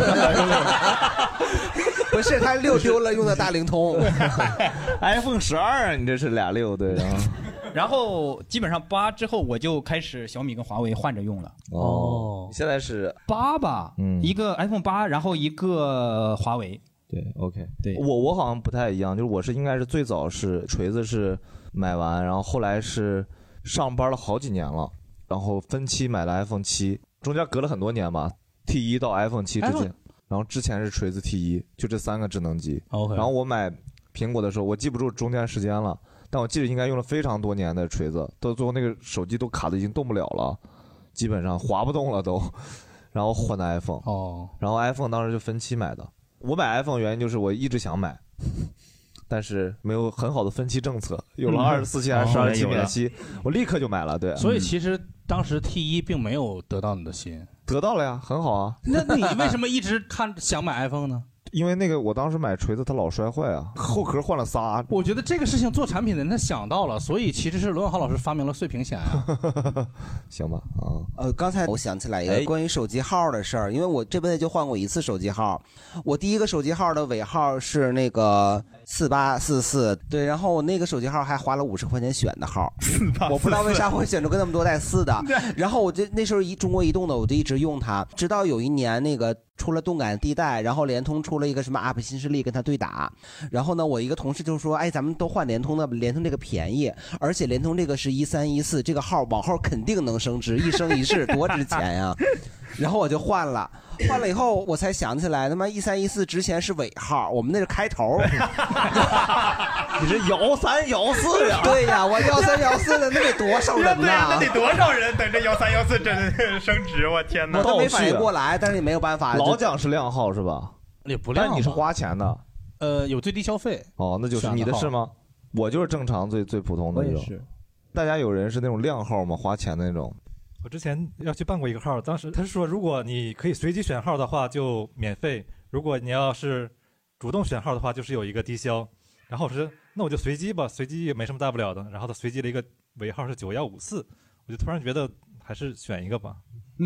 不是他6丢了，用的大灵通 ，iPhone 12，你这是俩6对。 然后基本上8之后，我就开始小米跟华为换着用了。 现在是 8吧，一个 iPhone 8，然后一个华为。 对 ，OK， 对， 我好像不太一样，就是我是应该是最早是锤子是买完，然后后来是上班了好几年了，然后分期买了 iPhone 7，中间隔了很多年吧 ，T1 到 iPhone 7之间。然后之前是锤子 T1，就这3个智能机。然后我买苹果的时候，我记不住中间时间了，但我记得应该用了非常多年的锤子，到最后那个手机都卡的已经动不了了，基本上滑不动了都。然后换的 iPhone。然后 iPhone 当时就分期买的。我买 iPhone 原因就是我一直想买，但是没有很好的分期政策，有了24期还是12期免息，我立刻就买了。对， 所以其实当时 T1 并没有得到你的心。 得到了呀，很好啊。 那你为什么一直想买 iPhone 呢？ 因为那个我当时买锤子它老摔坏啊，后壳换了仨。 我觉得这个事情做产品的人他想到了，所以其实是罗永浩老师发明了碎屏险啊。 行吧， 刚才我想起来一个关于手机号的事儿，因为我这辈子就换过一次手机号，我第一个手机号的尾号是那个4844，对，然后我那个手机号还花了50块钱选的号，我不知道为啥会选出个那么多带4的，然后我就那时候中国移动的我就一直用它，直到有一年那个出了动感地带，然后联通出了一个什么 UP 新势力跟他对打，然后呢我一个同事就说，哎，咱们都换联通的，联通这个便宜，而且联通这个是1314，这个号往后肯定能升值，一生一世多值钱呀。然后我就换了以后我才想起来，他妈1314之前是尾号，我们那是开头。 你是1314呀？ 对呀，我1314的，那得多少人呐？ 那得多少人等着1314真升值？我天哪！ 我都没反应过来，但是也没有办法。 老蒋是靓号是吧？ 也不靓， 但你是花钱的。 有最低消费。 那就是你的是吗？我就是正常最普通的那种。 是。 大家有人是那种靓号吗？花钱的那种。 我之前要去办过一个号，当时他是说，如果你可以随机选号的话就免费，如果你要是主动选号的话就是有一个低消。然后我说那我就随机吧，随机也没什么大不了的。然后他随机了一个尾号是9154，我就突然觉得还是选一个吧。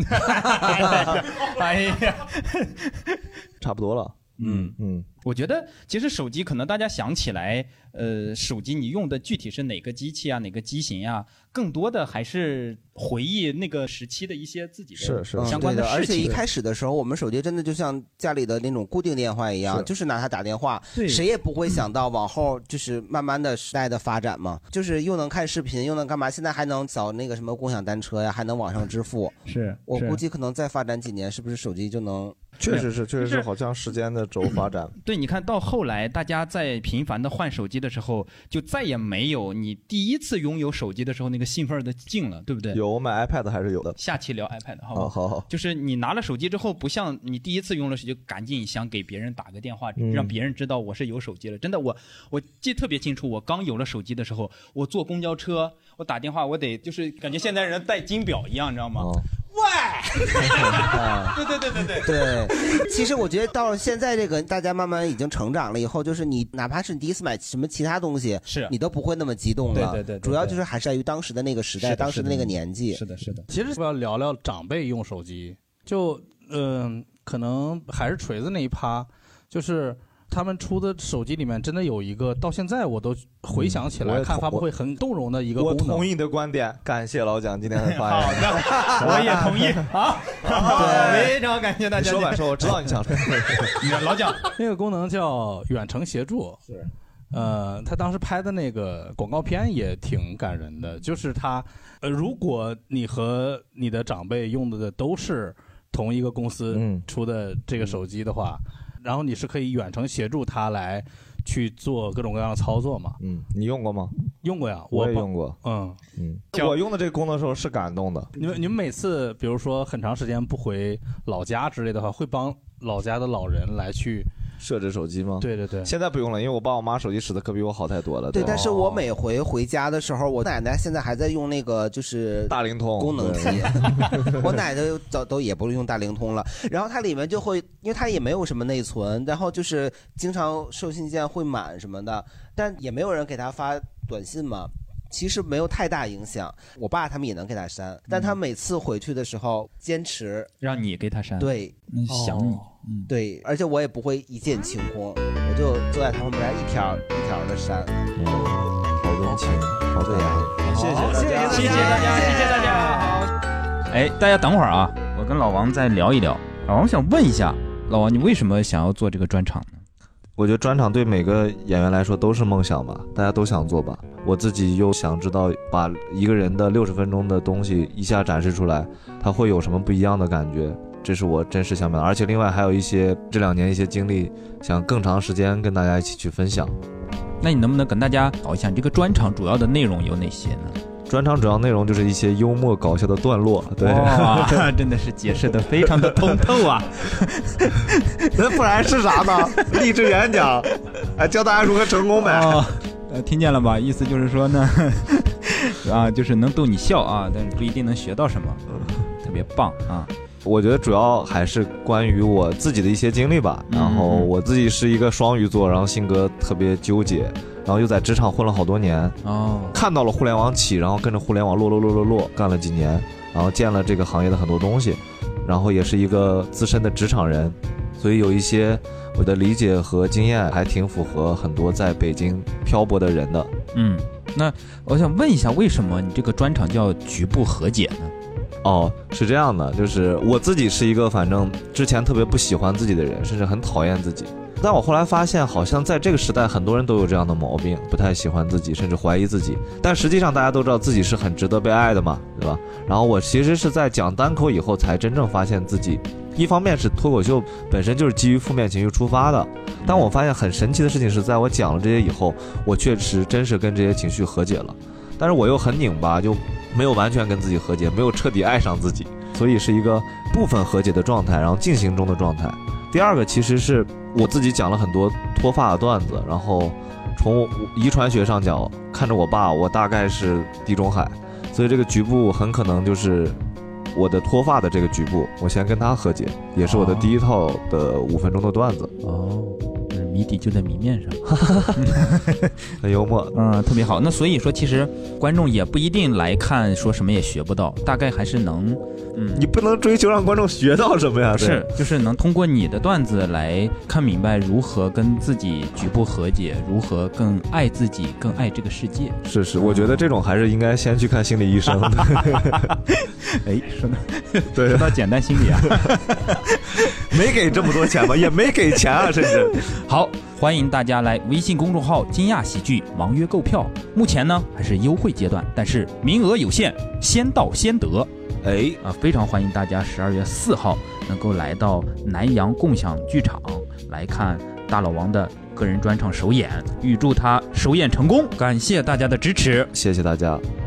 哎呀， 差不多了。 我觉得其实手机可能大家想起来，手机你用的具体是哪个机器啊，哪个机型啊，更多的还是回忆那个时期的一些自己的相关的事情。 而且一开始的时候，我们手机真的就像家里的那种固定电话一样，就是拿它打电话，谁也不会想到往后就是慢慢的时代的发展嘛，就是又能看视频，又能干嘛？现在还能扫那个什么共享单车呀，还能网上支付。我估计可能再发展几年，是不是手机就能？ 确实是，好像时间的轴发展。 对，你看到后来，大家在频繁的换手机的时候，就再也没有你第一次拥有手机的时候那个兴奋的劲了，对不对？ 有，我买 iPad 还是有的。 下期聊 iPad， 好不好？ 好。 就是你拿了手机之后，不像你第一次用了手机，赶紧想给别人打个电话，让别人知道我是有手机了。真的，我记得特别清楚，我刚有了手机的时候，我坐公交车，我打电话，我得就是感觉现在人戴金表一样，你知道吗？ 对，其实我觉得到了现在这个大家慢慢已经成长了以后，就是你哪怕是你第一次买什么其他东西， 是你都不会那么激动了。 对， 主要就是还是在于当时的那个时代，当时的那个年纪。 是的。 其实我要聊聊长辈用手机，就可能还是锤子那一趴，就是他们出的手机里面真的有一个，到现在我都回想起来，看发布会很动容的一个功能。 我同意你的观点，感谢老蒋今天的发言。 好的，我也同意。好，非常感谢大家。 说吧，我知道你想说。 老蒋， 那个功能叫远程协助。 是。 他当时拍的那个广告片也挺感人的，就是他，如果你和你的长辈用的都是同一个公司出的这个手机的话。然后你是可以远程协助他来去做各种各样的操作嘛？ 你用过吗？ 用过呀， 我也用过。我用的这个功能的时候是感动的。 你们每次比如说很长时间不回老家之类的话，会帮老家的老人来去设置手机吗？ 对， 现在不用了，因为我爸我妈手机使得可比我好太多了。 对，但是我每回回家的时候，我奶奶现在还在用那个就是大灵通功能机，我奶奶都也不用大灵通了。然后它里面就会，因为它也没有什么内存，然后就是经常收信件会满什么的，但也没有人给他发短信嘛。其实没有太大影响，我爸他们也能给他删，但他每次回去的时候坚持让你给他删， 对， 想你， 对，而且我也不会一键清空，我就坐在他旁边一条一条的删， 好温情，好对呀， 谢谢大家，好，哎，大家等会儿啊，我跟老王再聊一聊，老王想问一下，老王你为什么想要做这个专场呢？ 我觉得专场对每个演员来说都是梦想吧，大家都想做吧。我自己又想知道把一个人的60分钟的东西一下展示出来，他会有什么不一样的感觉，这是我真实想表达。而且另外还有一些这2年一些经历，想更长时间跟大家一起去分享。 那你能不能跟大家聊一下这个专场主要的内容有哪些呢？ 专场主要内容就是一些幽默搞笑的段落，对， 哇，真的是解释的非常的通透啊！ 那不然是啥呢？励志演讲，教大家如何成功呗。 听见了吧？意思就是说呢，就是能逗你笑啊，但是不一定能学到什么，特别棒啊！ 我觉得主要还是关于我自己的一些经历吧。然后我自己是一个双鱼座，然后性格特别纠结，然后又在职场混了好多年，看到了互联网起，然后跟着互联网落，干了几年，然后见了这个行业的很多东西，然后也是一个资深的职场人，所以有一些我的理解和经验还挺符合很多在北京漂泊的人的。 那我想问一下，为什么你这个专场叫局部和解呢？ 是这样的，就是我自己是一个反正之前特别不喜欢自己的人，甚至很讨厌自己。但我后来发现，好像在这个时代，很多人都有这样的毛病，不太喜欢自己，甚至怀疑自己。但实际上，大家都知道自己是很值得被爱的嘛，对吧？然后我其实是在讲单口以后，才真正发现自己，一方面是脱口秀本身就是基于负面情绪出发的，但我发现很神奇的事情是在我讲了这些以后，我确实真是跟这些情绪和解了。但是我又很拧巴，就没有完全跟自己和解，没有彻底爱上自己，所以是一个部分和解的状态，然后进行中的状态。第二个其实是我自己讲了很多脱发的段子，然后从遗传学上讲，看着我爸，我大概是地中海，所以这个局部很可能就是我的脱发的这个局部，我先跟他和解，也是我的第一套的5分钟的段子。 谜底就在谜面上， 很幽默， 特别好。那所以说，其实观众也不一定来看，说什么也学不到，大概还是能， 你不能追求让观众学到什么呀？ 是，就是能通过你的段子来看明白如何跟自己局部和解，如何更爱自己，更爱这个世界。 是，我觉得这种还是应该先去看心理医生的。 说到简单心理啊， 没给这么多钱吧，也没给钱啊，甚至。 好，欢迎大家来微信公众号惊讶喜剧盲约购票，目前呢还是优惠阶段，但是名额有限，先到先得。非常欢迎大家12月4号能够来到南阳共享剧场来看大老王的个人专场首演，预祝他首演成功，感谢大家的支持， 谢谢大家。